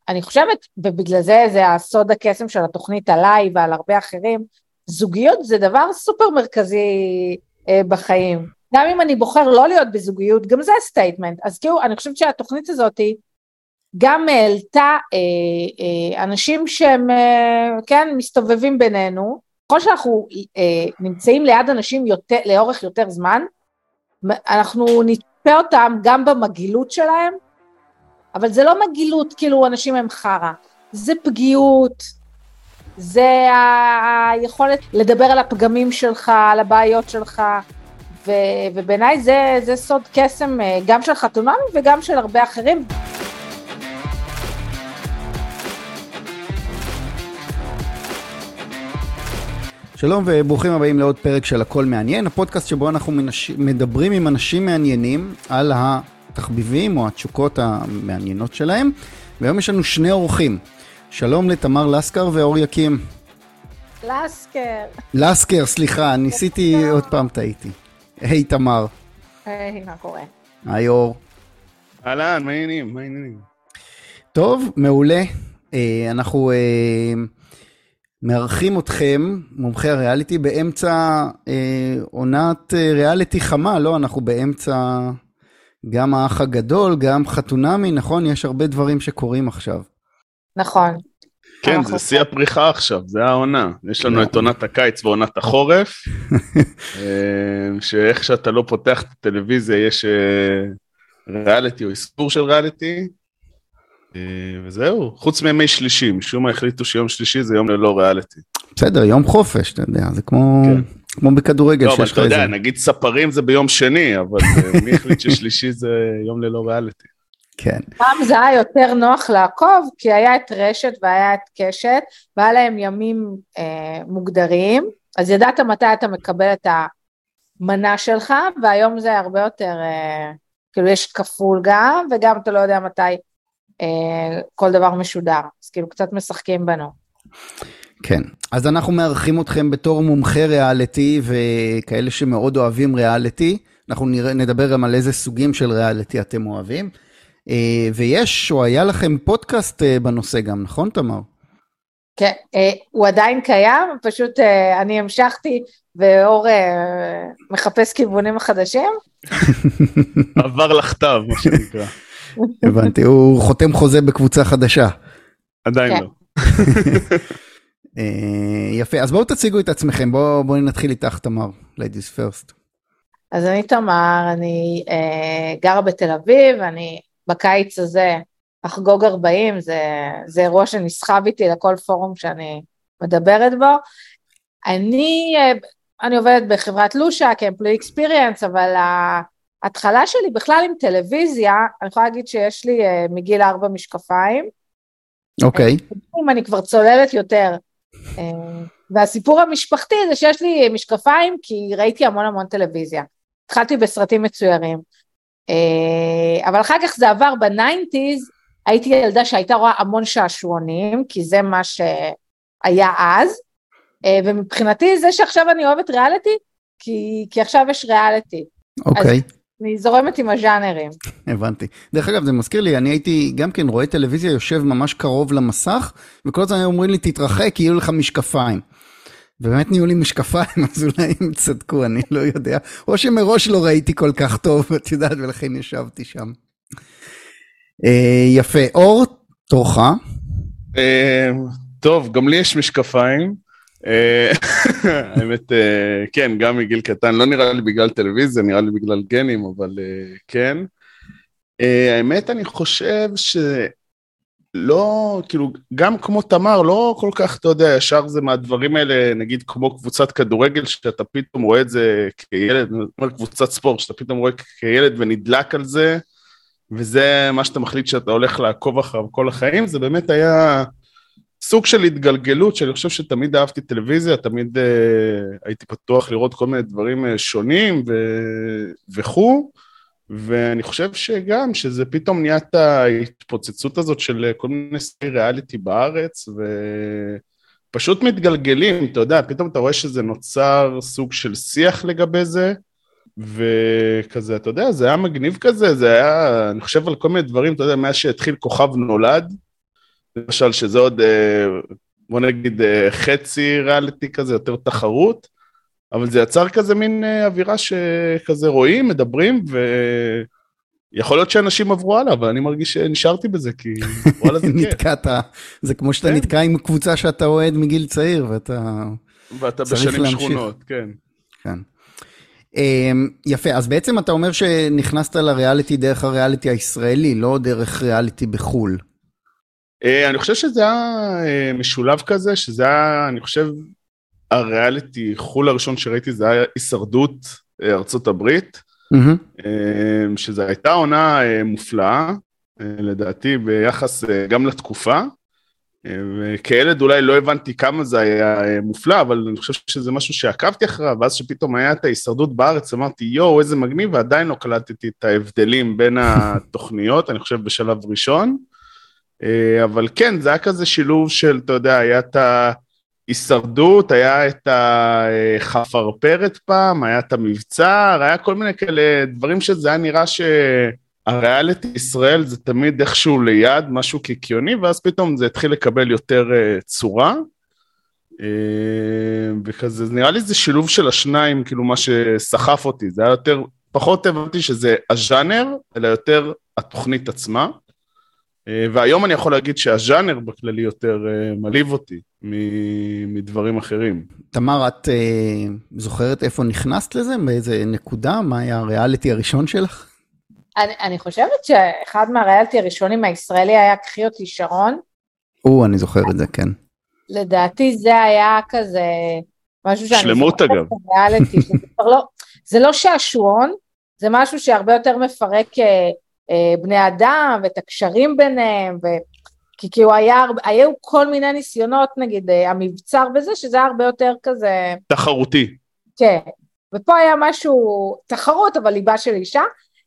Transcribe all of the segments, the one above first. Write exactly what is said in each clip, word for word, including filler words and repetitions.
אני חושבת, ובגלל זה זה הסוד הקסם של התוכנית עליי ועל הרבה אחרים, זוגיות זה דבר סופר מרכזי אה, בחיים. גם אם אני בוחר לא להיות בזוגיות, גם זה סטייטמנט. אז כאילו, אני חושבת שהתוכנית הזאת גם העלתה אה, אה, אנשים שהם, אה, כן, מסתובבים בינינו, ככל שאנחנו אה, נמצאים ליד אנשים יותר, לאורך יותר זמן, אנחנו נתפה אותם גם במגילות שלהם, אבל זה לא מגילות כאילו אנשים הם חרה, זה פגיעות, זה היכולת לדבר על הפגמים שלך, על הבעיות שלך, ו, ובעיניי זה, זה סוד קסם גם של חתונמי וגם של הרבה אחרים. שלום וברוכים הבאים לעוד פרק של הכל מעניין, הפודקאסט שבו אנחנו מנש... מדברים עם אנשים מעניינים על התחביבים או התשוקות המעניינות שלהם, והיום יש לנו שני אורחים. שלום לתמר לסקר ואור יקים. לסקר. לסקר, סליחה, ניסיתי עוד פעם טעיתי. היי תמר. היי, מה קורה? היי אור. אהלן, מה העניינים? מה העניינים? טוב, מעולה. אנחנו מארחים אתכם, מומחי הריאליטי, באמצע אה, עונת אה, ריאליטי חמה, לא? אנחנו באמצע גם האח הגדול, גם חתונמי, נכון? יש הרבה דברים שקורים עכשיו. נכון. כן, אנחנו... זה שיא הפריחה עכשיו, זה העונה. יש לנו את עונת הקיץ ועונת החורף, שאיך שאתה לא פותח את הטלוויזיה, יש ריאליטי או איספור של ריאליטי, וזהו, חוץ מימי שלישי, משום מה החליטו שיום שלישי זה יום ללא ריאליטי. בסדר, יום חופש, אתה יודע, זה כמו, כן. כמו בכדורגל. לא, אבל אתה יודע, נגיד ספרים זה ביום שני, אבל מי החליט ששלישי זה יום ללא ריאליטי? כן. פעם זה היה יותר נוח לעקוב, כי היה את רשת והיה את קשת, והיה להם ימים אה, מוגדרים, אז ידעת מתי אתה מקבל את המנה שלך, והיום זה הרבה יותר, אה, כאילו יש כפול גם, וגם אתה לא יודע מתי, כל דבר משודר, אז כאילו קצת משחקים בנו. כן, אז אנחנו מארחים אתכם בתור מומחי ריאליטי, וכאלה שמאוד אוהבים ריאליטי, אנחנו נדבר גם על איזה סוגים של ריאליטי אתם אוהבים, ויש, או היה לכם פודקאסט בנושא גם, נכון תמר? כן, הוא עדיין קיים, פשוט אני המשכתי, ואור מחפש כיוונים חדשים. עבר לכתב, מה שנקרא. הבנתי, הוא חותם חוזה בקבוצה חדשה. עדיין לא. יפה, אז בואו תציגו את עצמכם, בואו נתחיל איתך תמר, ladies first. אז אני תמר, אני גרה בתל אביב, אני בקיץ הזה אחגוג ארבעים, זה אירוע שנסחב איתי לכל פורום שאני מדברת בו. אני עובדת בחברת לושה, כאמפלואי אקספיריאנס, אבל ה... התחלה שלי בכלל עם טלוויזיה, אני יכולה להגיד שיש לי uh, מגיל ארבע משקפיים. אוקיי. Okay. אני כבר צוללת יותר. Uh, והסיפור המשפחתי זה שיש לי משקפיים, כי ראיתי המון המון טלוויזיה. התחלתי בסרטים מצוירים. Uh, אבל אחר כך זה עבר בניינטיז, הייתי ילדה שהייתה רואה המון שעשועונים, כי זה מה שהיה אז. Uh, ומבחינתי זה שעכשיו אני אוהבת ריאליטי, כי, כי עכשיו יש ריאליטי. אוקיי. אז אני זורמת עם הז'אנרים. הבנתי. דרך אגב, זה מזכיר לי, אני הייתי גם כן רואה טלוויזיה, יושב ממש קרוב למסך, וכל הזמן אומרים לי, תתרחק, יהיו לך משקפיים. ובאמת נהיו לי משקפיים, אז אולי הם צדקו, אני לא יודע. או שמראש לא ראיתי כל כך טוב, את יודעת, ולכן ישבתי שם. יפה. אור, תורך? טוב, גם לי יש משקפיים. האמת, כן, גם מגיל קטן, לא נראה לי בגלל טלוויזיה, נראה לי בגלל גנים, אבל כן. האמת, אני חושב שלא, כאילו, גם כמו תמר, לא כל כך, אתה יודע, ישר זה מהדברים האלה, נגיד כמו קבוצת כדורגל, שאתה פתאום רואה את זה כילד, אומר קבוצת ספורט, שאתה פתאום רואה כילד ונדלק על זה, וזה מה שאתה מחליט שאתה הולך לעקוב אחריו כל החיים, זה באמת היה... סוג של התגלגלות, שאני חושב שתמיד אהבתי טלוויזיה, תמיד uh, הייתי פתוח לראות כל מיני דברים uh, שונים ו- וכו', ואני חושב שגם שזה פתאום נהיה את ההתפוצצות הזאת של כל מיני סי ריאליטי בארץ, ופשוט מתגלגלים, אתה יודע, פתאום אתה רואה שזה נוצר סוג של שיח לגבי זה, וכזה, אתה יודע, זה היה מגניב כזה, זה היה, אני חושב על כל מיני דברים, אתה יודע, מאז שהתחיל כוכב נולד, למשל שזה עוד, בוא נגיד, חצי ריאליטי כזה, יותר תחרות, אבל זה יצר כזה מין אווירה שכזה רואים, מדברים, ויכול להיות שאנשים עברו הלאה, אבל אני מרגיש שנשארתי בזה, כי וואלה זה כיף. נתקעת, זה כמו שאתה נתקע עם קבוצה שאתה אוהד מגיל צעיר, ואתה ואתה בשנים שכונות, כן. כן. יפה, אז בעצם אתה אומר שנכנסת לריאליטי דרך הריאליטי הישראלי, לא דרך ריאליטי בחול. אני חושב שזה היה משולב כזה, שזה היה, אני חושב, הריאליטי חול הראשון שראיתי, זה היה הישרדות ארצות הברית, שזה הייתה עונה מופלאה, לדעתי ביחס גם לתקופה, וכילד אולי לא הבנתי כמה זה היה מופלא, אבל אני חושב שזה משהו שעקבתי אחריו, ואז שפתאום היה את ההישרדות בארץ, אמרתי, יו, איזה מגניב, ועדיין לא קלטתי את ההבדלים בין התוכניות, אני חושב בשלב ראשון, אבל כן, זה היה כזה שילוב של, אתה יודע, היה את ההישרדות, היה את החפרפרת פעם, היה את המבצר, היה כל מיני כאלה דברים שזה היה נראה ש... הריאליטי ישראל זה תמיד איכשהו ליד, משהו קיקיוני, ואז פתאום זה התחיל לקבל יותר uh, צורה, uh, וכזה, נראה לי זה שילוב של השניים, כאילו מה שסחף אותי, זה היה יותר, פחות הבנתי שזה הז'אנר, אלא יותר התוכנית עצמה, uh, והיום אני יכול להגיד שהז'אנר בכללי יותר uh, מליב אותי, מדברים אחרים. תמר, את uh, זוכרת איפה נכנסת לזה? באיזה נקודה? מה היה הריאליטי הראשון שלך? אני, אני חושבת שאחד מהריאליטי הראשונים הישראלי היה קחי אותי שרון. או, אני זוכר את זה, כן. לדעתי זה היה כזה, משהו שאני שלמות אגב. ריאליטי, שזה לא, זה לא שעשועון, זה משהו שהרבה יותר מפרק אה, אה, בני אדם, ואת הקשרים ביניהם, ו... כי כאילו היה, היו כל מיני ניסיונות, נגיד אה, המבצר וזה, שזה היה הרבה יותר כזה... תחרותי. כן, ופה היה משהו, תחרות, אבל ליבה של אישה,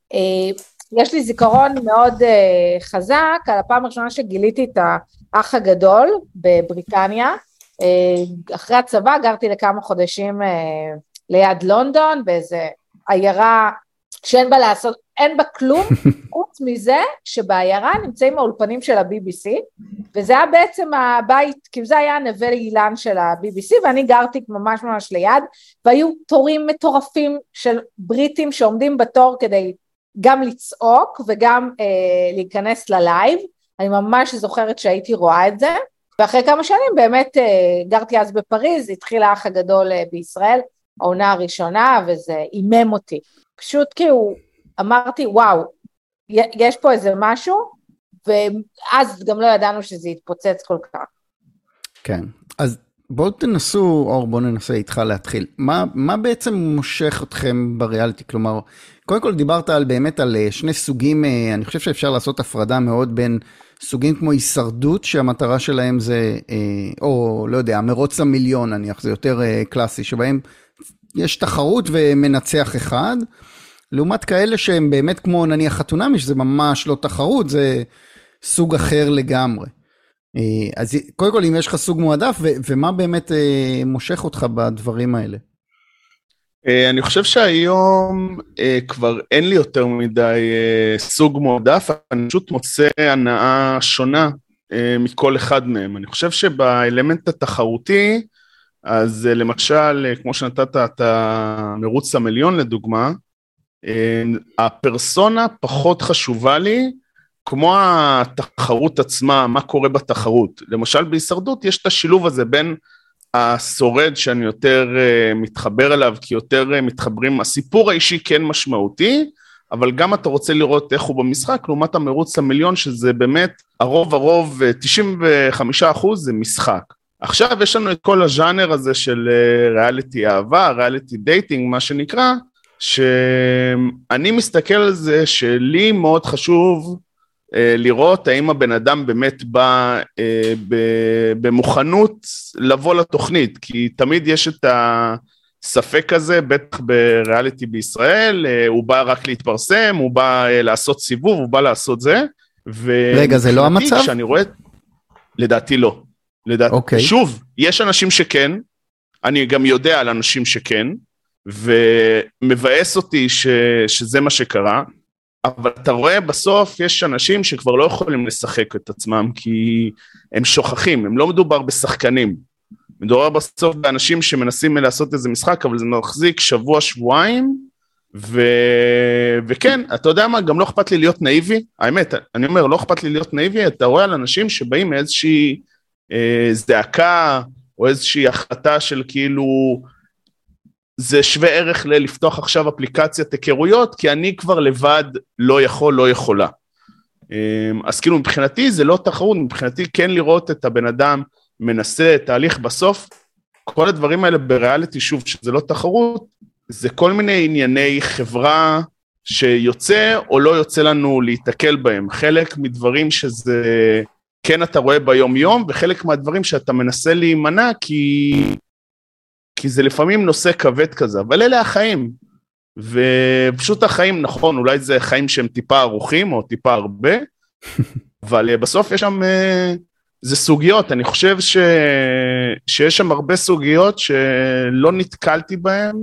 יש לי זיכרון מאוד חזק על הפעם הראשונה שגיליתי את האח הגדול בבריטניה, אחרי הצבא גרתי לכמה חודשים ליד לונדון, באיזה עיירה שאין בה לעשות, אין בה כלום, חוץ מזה שבעיירה נמצאים האולפנים של ה-בי בי סי, וזה היה בעצם הבית, כי זה היה הנווה אילן של ה-בי בי סי, ואני גרתי ממש ממש ליד, והיו תורים מטורפים של בריטים שעומדים בתור כדי גם לצעוק וגם אה, להיכנס ללייב, אני ממש זוכרת שהייתי רואה את זה, ואחרי כמה שנים באמת אה, גרתי אז בפריז, התחיל האח הגדול אה, בישראל, העונה הראשונה, וזה אימם אותי. פשוט כאילו אמרתי, וואו, יש פה איזה משהו, ואז גם לא ידענו שזה יתפוצץ כל כך. כן, אז בואו תנסו, אור, בואו ננסה איתך להתחיל. מה, מה בעצם מושך אתכם בריאליטי? כלומר, קודם כל דיברת על באמת על שני סוגים, אני חושב שאפשר לעשות הפרדה מאוד בין סוגים כמו הישרדות, שהמטרה שלהם זה, או לא יודע, מרוץ המיליון, נניח, זה יותר קלאסי, שבהם יש תחרות ומנצח אחד, לעומת כאלה שהם באמת כמו נניח חתונמי, שזה ממש לא תחרות, זה סוג אחר לגמרי. אז קודם כל, אם יש לך סוג מועדף, ו- ומה באמת מושך אותך בדברים האלה? אני חושב שהיום כבר אין לי יותר מדי סוג מועדף, אני פשוט מוצא הנאה שונה מכל אחד מהם. אני חושב שבאלמנט התחרותי, אז למשל, כמו שנתת את המרוץ המיליון לדוגמה, הפרסונה פחות חשובה לי, כמו התחרות עצמה, מה קורה בתחרות. למשל בהישרדות יש את השילוב הזה בין השורד שאני יותר מתחבר אליו, כי יותר מתחברים, הסיפור האישי כן משמעותי, אבל גם אתה רוצה לראות איך הוא במשחק, לעומת המרוץ המיליון, שזה באמת הרוב הרוב, תשעים וחמישה אחוז זה משחק. עכשיו יש לנו את כל הז'אנר הזה של ריאליטי אהבה, ריאליטי דייטינג, מה שנקרא, שאני מסתכל על זה שלי מאוד חשוב לראות האם הבן אדם באמת בא במוכנות לבוא לתוכנית, כי תמיד יש את הספק הזה, בטח בריאליטי בישראל, הוא bא רק להתפרסם, הוא בא לעשות סיבוב, הוא בא לעשות זה. רגע, זה לא המצב? כשאני רואה, לדעתי לא. לדעתי, okay. שוב, יש אנשים שכן, אני גם יודע על אנשים שכן, ומבאס אותי ש, שזה מה שקרה, אבל אתה רואה בסוף יש אנשים שכבר לא יכולים לשחק את עצמם, כי הם שוכחים, הם לא מדובר בשחקנים, מדובר בסוף באנשים שמנסים לעשות איזה משחק, אבל זה מחזיק שבוע, שבועיים, ו... וכן, אתה יודע מה, גם לא אכפת לי להיות נאיבי, האמת, אני אומר, לא אכפת לי להיות נאיבי, אתה רואה על אנשים שבאים מאיזושהי אה, זעקה, או איזושהי החלטה של כאילו, זה שווה ערך לפתוח עכשיו אפליקציית היכרויות, כי אני כבר לבד לא יכול, לא יכולה. אז כאילו מבחינתי זה לא תחרות, מבחינתי כן לראות את הבן אדם מנסה תהליך בסוף, כל הדברים האלה בריאליטי, שוב, שזה לא תחרות, זה כל מיני ענייני חברה שיוצא או לא יוצא לנו להתקל בהם, חלק מדברים שזה כן אתה רואה ביום יום, וחלק מהדברים שאתה מנסה להימנע, כי... כי זה לפעמים נושא כבד כזה, אבל אלה החיים, ופשוט החיים, נכון, אולי זה חיים שהם טיפה ארוכים, או טיפה הרבה, אבל בסוף יש שם, זה סוגיות, אני חושב ש... שיש שם הרבה סוגיות שלא נתקלתי בהן,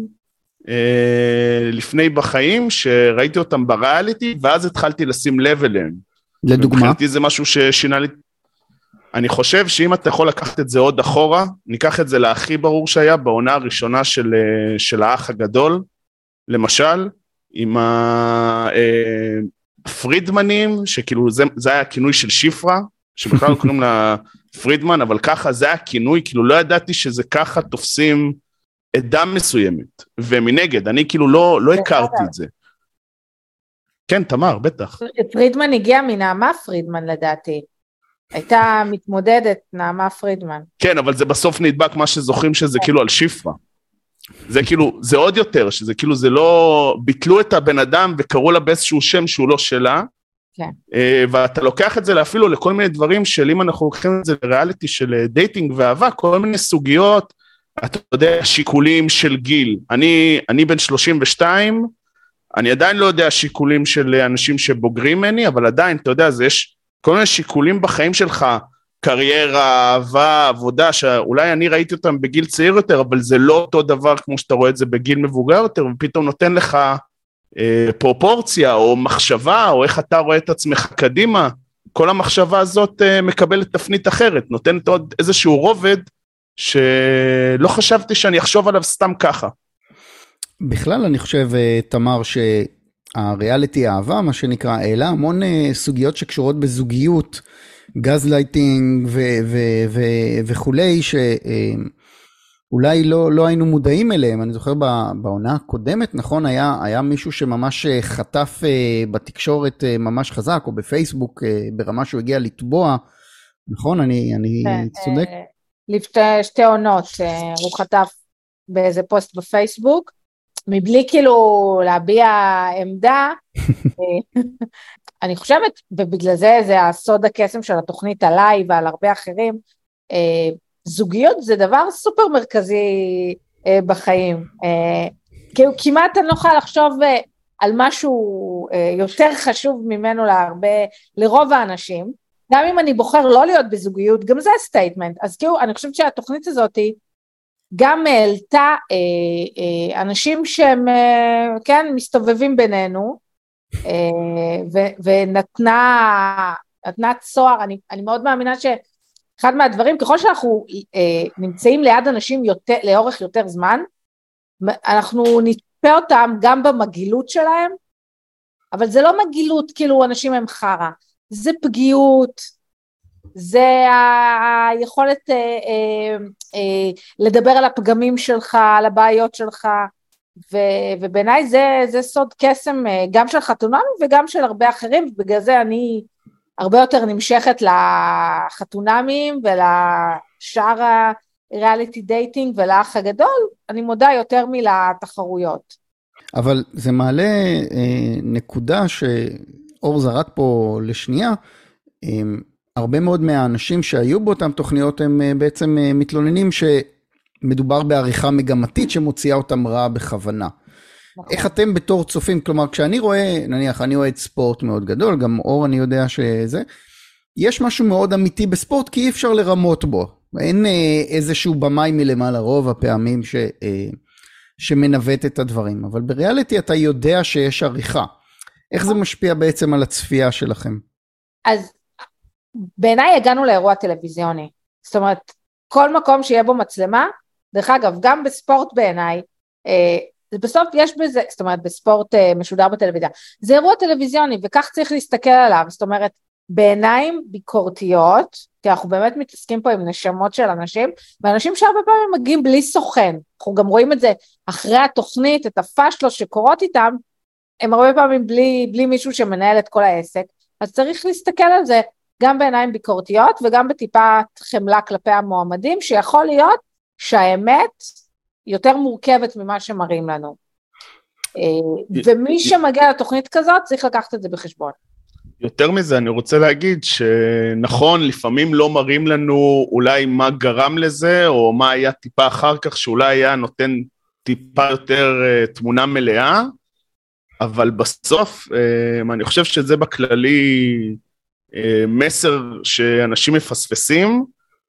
לפני בחיים, שראיתי אותם בריאליטי, ואז התחלתי לשים לב אליהם. לדוגמה? מבחינתי זה משהו ששינה לי, אני חושב שאם אתה יכול לקחת את זה עוד אחורה, ניקח את זה להכי ברור שהיה בעונה הראשונה של, של האח הגדול, למשל, עם הפרידמנים, שכאילו זה, זה היה הכינוי של שיפרה, שבכלל לא קוראים לה פרידמן, אבל ככה זה היה הכינוי, כאילו לא ידעתי שזה ככה תופסים עדה מסוימת, ומנגד, אני כאילו לא, לא הכרתי את זה. כן, תמר, בטח. פרידמן הגיע מנעמה פרידמן לדעתי. הייתה מתמודדת נעמה פרידמן. כן, אבל זה בסוף נדבק מה שזוכרים שזה כאילו על שיפרה. זה כאילו, זה עוד יותר, שזה כאילו זה לא, ביטלו את הבן אדם וקראו לה באיזשהו שם שהוא לא שלה, כן. ואתה לוקח את זה אפילו לכל מיני דברים של אם אנחנו לוקחים את זה לריאליטי של דייטינג ואהבה, כל מיני סוגיות, אתה יודע, שיקולים של גיל. אני, אני בן שלושים ושתיים, אני עדיין לא יודע שיקולים של אנשים שבוגרים ממני, אבל עדיין, אתה יודע, זה יש כל מיני שיקולים בחיים שלך, קריירה, אהבה, עבודה, שאולי אני ראיתי אותם בגיל צעיר יותר, אבל זה לא אותו דבר כמו שאתה רואה את זה בגיל מבוגר יותר, ופתאום נותן לך אה, פרופורציה, או מחשבה, או איך אתה רואה את עצמך קדימה, כל המחשבה הזאת אה, מקבלת תפנית אחרת, נותנת עוד איזשהו רובד, שלא חשבתי שאני אחשוב עליו סתם ככה. בכלל אני חושב, תמר, שהריאליטי האהבה, מה שנקרא, העלה המון סוגיות שקשורות בזוגיות, גזלייטינג וכולי, שאולי לא, לא היינו מודעים אליהם. אני זוכר בעונה הקודמת, נכון, היה, היה מישהו שממש חטף בתקשורת ממש חזק, או בפייסבוק, ברמה שהוא הגיע לטבוע, נכון? אני, אני צודק? לפני שתי עונות, הוא חטף באיזה פוסט בפייסבוק, מבלי כאילו להביע עמדה, אני חושבת, ובגלל זה זה הסוד הקסם של התוכנית עליי ועל הרבה אחרים, זוגיות זה דבר סופר מרכזי בחיים, כאילו כמעט אני לא יכולה לחשוב על משהו יותר חשוב ממנו להרבה, לרוב האנשים, גם אם אני בוחר לא להיות בזוגיות, גם זה סטייטמנט, אז כאילו אני חושבת שהתוכנית הזאת היא, גם העלתה אה, אה, אנשים שהם, אה, כן, מסתובבים בינינו, אה, ו, ונתנה, נתנה צוהר, אני, אני מאוד מאמינה שאחד מהדברים, ככל שאנחנו אה, נמצאים ליד אנשים יותר, לאורך יותר זמן, אנחנו נתפה אותם גם במגילות שלהם, אבל זה לא מגילות, כאילו אנשים הם חרה, זה פגיעות, זה היכולת אה, אה, אה, לדבר על הפגמים שלך, על הבעיות שלך, ו, ובעיניי זה, זה סוד קסם אה, גם של חתונמים וגם של הרבה אחרים, ובגלל זה אני הרבה יותר נמשכת לחתונמים ולשאר הריאליטי דייטינג ולאח הגדול, אני מודה יותר מלתחרויות. אבל זה מעלה אה, נקודה שאור זרק פה לשנייה, אה, הרבה מאוד מהאנשים שהיו באותם תוכניות הם בעצם מתלוננים שמדובר בעריכה מגמתית שמוציאה אותם רע בכוונה. נכון. איך אתם בתור צופים, כלומר כשאני רואה, נניח אני אוהד ספורט מאוד גדול, גם אור אני יודע שזה, יש משהו מאוד אמיתי בספורט כי אי אפשר לרמות בו, אין איזשהו במאי מלמעלה רוב הפעמים ש, שמנווט את הדברים, אבל בריאליטי אתה יודע שיש עריכה. איך זה משפיע בעצם על הצפייה שלכם? אז בעיניי הגענו לאירוע טלוויזיוני, זאת אומרת, כל מקום שיהיה בו מצלמה, דרך אגב, גם בספורט בעיניי, בסוף יש בזה, זאת אומרת, בספורט משודר בטלוויזיה, זה אירוע טלוויזיוני, וכך צריך להסתכל עליו, זאת אומרת, בעיניים ביקורתיות, כי אנחנו באמת מתעסקים פה עם נשמות של אנשים, ואנשים שהרבה פעמים מגיעים בלי סוכן, אנחנו גם רואים את זה אחרי התוכנית, את הפשלות שקורות איתם, הם הרבה פעמים בלי, בלי מישהו שמנהל את כל העסק, אז צריך להסתכל על זה גם בעיניים ביקורתיות, וגם בטיפה חמלה כלפי המועמדים, שיכול להיות שהאמת יותר מורכבת ממה שמראים לנו. ומי שמגיע לתוכנית כזאת, צריך לקחת את זה בחשבון. יותר מזה, אני רוצה להגיד שנכון, לפעמים לא מראים לנו אולי מה גרם לזה, או מה היה טיפה אחר כך, שאולי היה נותן טיפה יותר תמונה מלאה, אבל בסוף, אני חושב שזה בכללי מסר שאנשים מפספסים,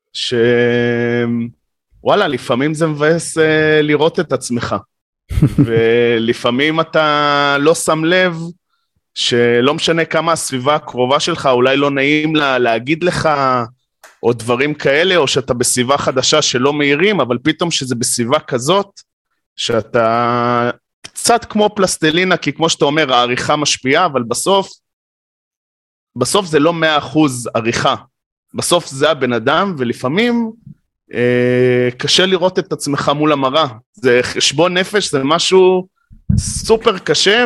שוואלה, לפעמים זה מבאס לראות את עצמך, ולפעמים אתה לא שם לב, שלא משנה כמה הסביבה הקרובה שלך, אולי לא נעים לה להגיד לך, או דברים כאלה, או שאתה בסביבה חדשה שלא מהירים, אבל פתאום שזה בסביבה כזאת, שאתה קצת כמו פלסטלינה, כי כמו שאתה אומר, העריכה משפיעה, אבל בסוף, בסוף זה לא מאה אחוז עריכה, בסוף זה הבן אדם, ולפעמים אה, קשה לראות את עצמך מול המראה, זה חשבון נפש, זה משהו סופר קשה,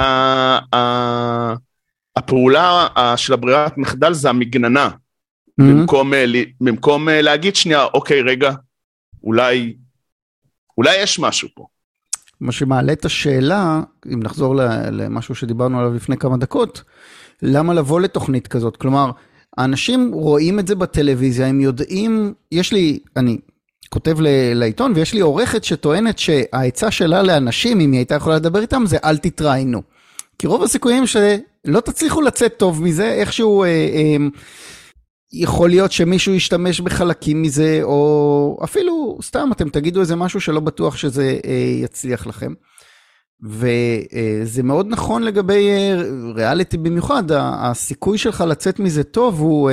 והפעולה וה, של הברירת מחדל זה המגננה, mm-hmm. במקום, במקום להגיד שנייה, אוקיי רגע, אולי, אולי יש משהו פה. מה שמעלה את השאלה, אם נחזור למשהו שדיברנו עליו לפני כמה דקות, למה לבוא לתוכנית כזאת? כלומר, האנשים רואים את זה בטלוויזיה, הם יודעים, יש לי, אני כותב לעיתון, ויש לי עורכת שטוענת שההצעה שלה לאנשים, אם היא הייתה יכולה לדבר איתם, זה אל תתראינו. כי רוב הסיכויים שלא תצליחו לצאת טוב מזה, איכשהו אה, אה, יכול להיות שמישהו ישתמש בחלקים מזה, או אפילו סתם אתם תגידו איזה משהו שלא בטוח שזה אה, יצליח לכם. וזה מאוד נכון לגבי ריאליטי במיוחד, הסיכוי שלך לצאת מזה טוב הוא,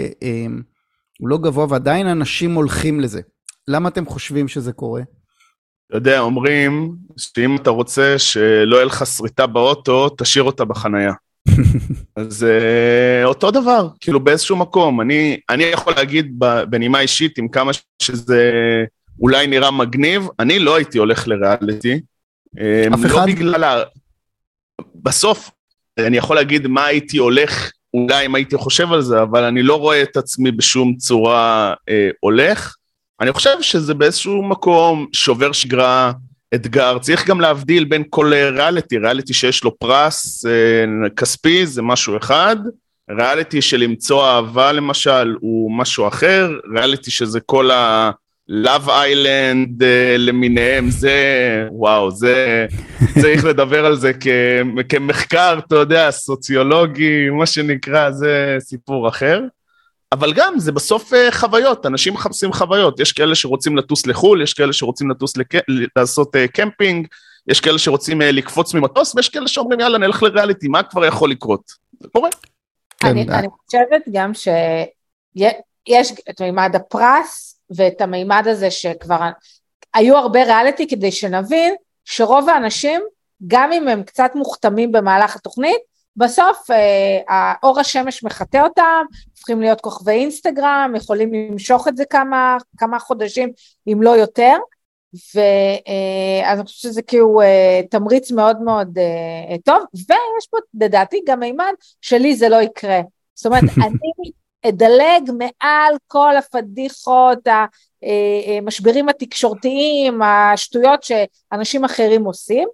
הוא לא גבוה, ועדיין אנשים הולכים לזה. למה אתם חושבים שזה קורה? אתה יודע, אומרים שאם אתה רוצה שלא יהיה לך שריטה באוטו, תשאיר אותה בחנייה. אז אותו דבר, כאילו באיזשהו מקום, אני, אני יכול להגיד בנימה אישית, עם כמה שזה אולי נראה מגניב, אני לא הייתי הולך לריאליטי, אף אחד? לא בגלל ה... בסוף אני יכול להגיד מה הייתי הולך, אולי אם הייתי חושב על זה, אבל אני לא רואה את עצמי בשום צורה אה, הולך. אני חושב שזה באיזשהו מקום שובר שגרה, אתגר. צריך גם להבדיל בין כל ריאליטי, ריאליטי שיש לו פרס אה, כספי זה משהו אחד, ריאליטי של למצוא אהבה למשל הוא משהו אחר, ריאליטי שזה כל ה... Love Island uh, למיניהם, זה, וואו, זה, צריך לדבר על זה כ, כמחקר, אתה יודע, סוציולוגי, מה שנקרא, זה סיפור אחר, אבל גם זה בסוף uh, חוויות, אנשים מחפשים חוויות, יש כאלה שרוצים לטוס לחול, יש כאלה שרוצים לטוס לק... לעשות uh, קמפינג, יש כאלה שרוצים uh, לקפוץ ממטוס, ויש כאלה שאומרים, יאללה, נלך לריאליטי, מה כבר יכול לקרות? זה קורה. אני, אני חושבת גם שיש את מימד הפרס, ואת המימד הזה שכבר היו הרבה ריאליטי, כדי שנבין שרוב האנשים, גם אם הם קצת מוכתמים במהלך התוכנית, בסוף אה, אור השמש מחטא אותם, הופכים להיות כוכבי אינסטגרם, יכולים למשוך את זה כמה, כמה חודשים, אם לא יותר, ואז אני חושבת שזה כאילו אה, תמריץ מאוד מאוד אה, טוב, ויש פה לדעתי גם מימד שלי זה לא יקרה, זאת אומרת, אני אדלג מעל כל הפדיחות, המשברים התקשורתיים, השטויות שאנשים אחרים עושים,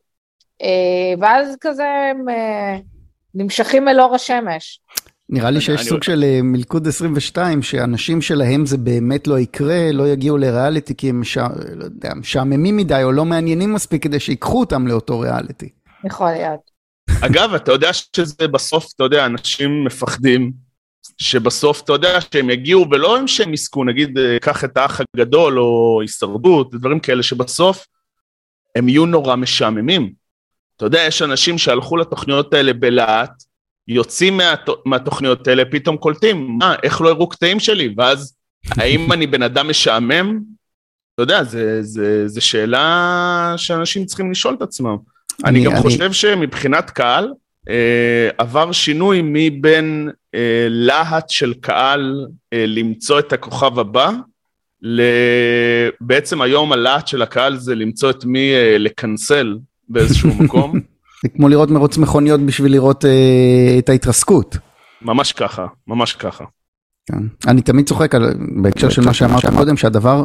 ואז כזה הם נמשכים אל אור השמש. נראה לי שיש סוג של מלכוד עשרים ושתיים, שאנשים שלהם זה באמת לא יקרה, לא יגיעו לריאליטי, כי הם משעממים מדי, או לא מעניינים מספיק כדי שיקחו אותם לאותו ריאליטי. יכול להיות. אגב, אתה יודע שזה בסוף, אתה יודע, אנשים מפחדים, שבסוף אתה יודע שהם יגיעו, ולא הם שהם יסקו, נגיד, קח את האח הגדול, או הישרדות, דברים כאלה, שבסוף הם יהיו נורא משעממים. אתה יודע, יש אנשים שהלכו לתוכניות האלה בלהט, יוצאים מה, מהתוכניות האלה, פתאום קולטים, מה, איך לא הראו קטעים שלי? ואז, האם אני בן אדם משעמם? אתה יודע, זה, זה, זה שאלה שאנשים צריכים לשאול את עצמם. אני, אני גם אני... חושב שמבחינת קהל, אה, עבר שינוי מבין אה, להט של קהל אה, למצוא את הכוכב הבא, בעצם היום הלהט של הקהל זה למצוא את מי אה, לקנסל באיזשהו מקום. זה כמו לראות מרוץ מכוניות בשביל לראות אה, את ההתרסקות. ממש ככה, ממש ככה. כן. אני תמיד צוחק על, בהקשר של מה שאמרת קודם, שהדבר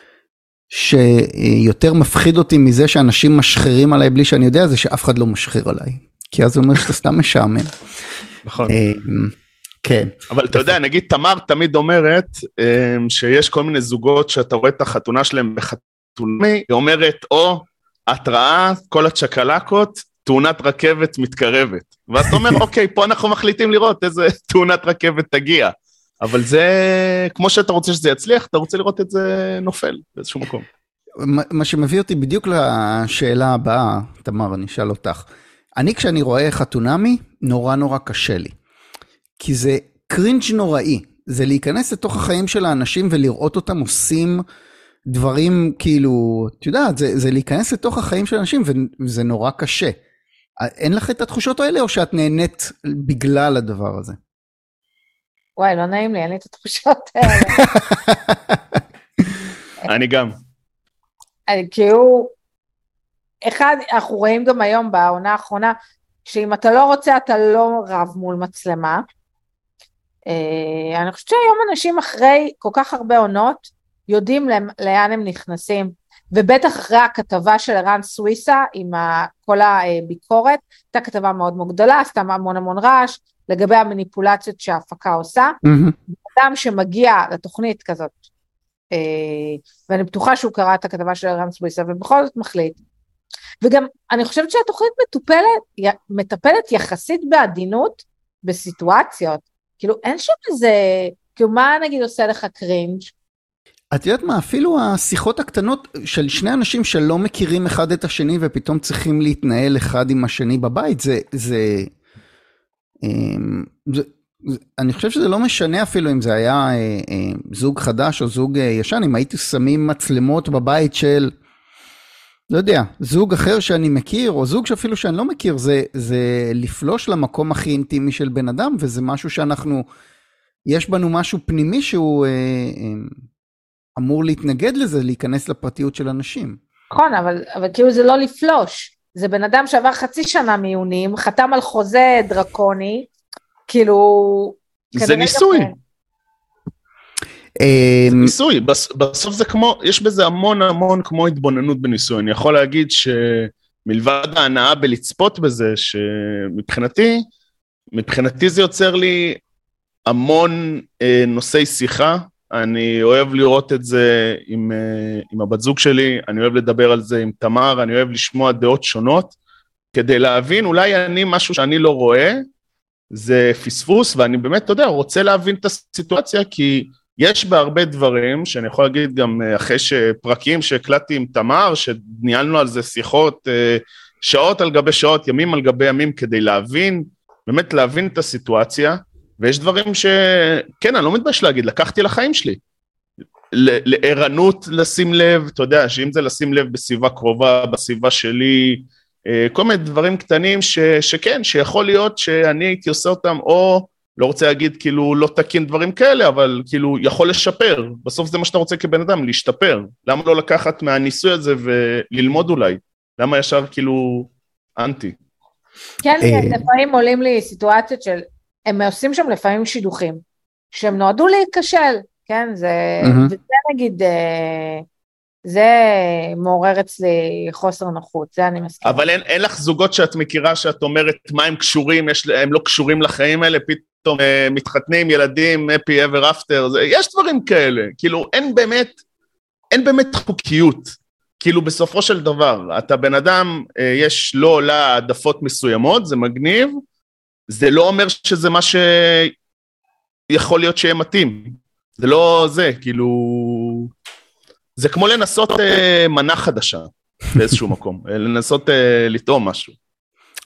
שיותר מפחיד אותי מזה שאנשים משחרים עליי בלי שאני יודע, זה שאף אחד לא משחיר עליי. כי אז הוא אומר שאתה סתם משעמם. נכון. כן. אבל אתה יודע, נגיד תמר תמיד אומרת שיש כל מיני זוגות שאתה רואה את החתונה שלהם בחתונמי, היא אומרת, או התראה, כל הצ'קלקות, תאונת רכבת מתקרבת. ואז אתה אומר, אוקיי, פה אנחנו מחליטים לראות איזה תאונת רכבת תגיע. אבל זה, כמו שאתה רוצה שזה יצליח, אתה רוצה לראות את זה נופל באיזשהו מקום. מה שמביא אותי בדיוק לשאלה הבאה, תמר, אני אשאל אותך. אני כשאני רואה חתונמי, נורא נורא קשה לי. כי זה קרינג' נוראי. זה להיכנס לתוך החיים של האנשים ולראות אותם עושים דברים כאילו, אתה יודע, זה, זה להיכנס לתוך החיים של האנשים וזה נורא קשה. אין לך את התחושות האלה או שאת נהנית בגלל הדבר הזה? וואי, לא נעים לי, אין לי את התחושות האלה. אני גם. כאילו, אחד, אנחנו רואים גם היום בעונה האחרונה, שאם אתה לא רוצה, אתה לא רב מול מצלמה. אני חושבת שהיום אנשים אחרי כל כך הרבה עונות, יודעים לאן הם נכנסים, ובטח אחרי הכתבה של ערן סוויסה, עם כל הביקורת, הייתה כתבה מאוד מאוד גדולה, עשתה המון המון רעש, לגבי המניפולציות שההפקה עושה, אדם שמגיע לתוכנית כזאת, ואני בטוחה שהוא קרא את הכתבה של ערן סוויסה, ובכל זאת מחליט, וגם אני חושבת שהתוכנית מטופלת, מטפלת יחסית בעדינות, בסיטואציות, כאילו אין שם איזה, כאילו מה נגיד עושה לך קרינג'? את יודעת מה, אפילו השיחות הקטנות של שני אנשים שלא מכירים אחד את השני, ופתאום צריכים להתנהל אחד עם השני בבית, זה, זה, זה, זה אני חושב שזה לא משנה אפילו אם זה היה זוג חדש או זוג ישן, אם הייתי שמים מצלמות בבית של, לא יודע, זוג אחר שאני מכיר, או זוג שאפילו שאני לא מכיר, זה, זה לפלוש למקום הכי אינטימי של בן אדם, וזה משהו שאנחנו, יש בנו משהו פנימי שהוא אה, אה, אמור להתנגד לזה, להיכנס לפרטיות של אנשים. נכון, אבל, אבל כאילו זה לא לפלוש, זה בן אדם שעבר חצי שנה מיונים, חתם על חוזה דרקוני, כאילו... זה ניסוי. זה ניסוי, בסוף זה כמו, יש בזה המון המון כמו התבוננות בניסוי, אני יכול להגיד שמלבד ההנאה בלצפות בזה, שמבחינתי, מבחינתי זה יוצר לי המון אה, נושאי שיחה, אני אוהב לראות את זה עם, אה, עם הבת זוג שלי, אני אוהב לדבר על זה עם תמר, אני אוהב לשמוע דעות שונות, כדי להבין, אולי אני משהו שאני לא רואה, זה פספוס, ואני באמת, אתה יודע, רוצה להבין את הסיטואציה, כי יש בהרבה דברים, שאני יכול להגיד גם אחרי שפרקים שהקלטתי עם תמר, שניהלנו על זה שיחות, שעות על גבי שעות, ימים על גבי ימים, כדי להבין, באמת להבין את הסיטואציה, ויש דברים שכן, אני לא מתבייש להגיד, לקחתי לחיים שלי, לערנות לשים לב, אתה יודע, שאם זה לשים לב בסביבה קרובה, בסביבה שלי, כל מיני דברים קטנים ש, שכן, שיכול להיות שאני הייתי עושה אותם, או לא רוצה להגיד כאילו לא תקין דברים כאלה, אבל כאילו יכול לשפר, בסוף זה מה שאתה רוצה כבן אדם, להשתפר, למה לא לקחת מהניסוי הזה וללמוד אולי, למה ישר כאילו אנטי? כן, לפעמים עולים לי סיטואציות של, הם עושים שם לפעמים שידוכים, שהם נועדו להיכשל, כן, זה, וזה נגיד, זה מעורר אצלי חוסר נוחות, זה אני מסכים. אבל אין, אין לך זוגות שאת מכירה, שאת אומרת מה הם קשורים, יש, הם לא קשורים לחיים האלה, פתאום אה, מתחתנים, ילדים, happy ever after, זה, יש דברים כאלה, כאילו אין באמת, אין באמת חוקיות, כאילו בסופו של דבר, אתה בן אדם, אה, יש לא לה העדפות מסוימות, זה מגניב, זה לא אומר שזה מה שיכול להיות שיהיה מתאים, זה לא זה, כאילו... זה כמו לנסות uh, מנה חדשה באיזשהו מקום, לנסות uh, לטעום משהו.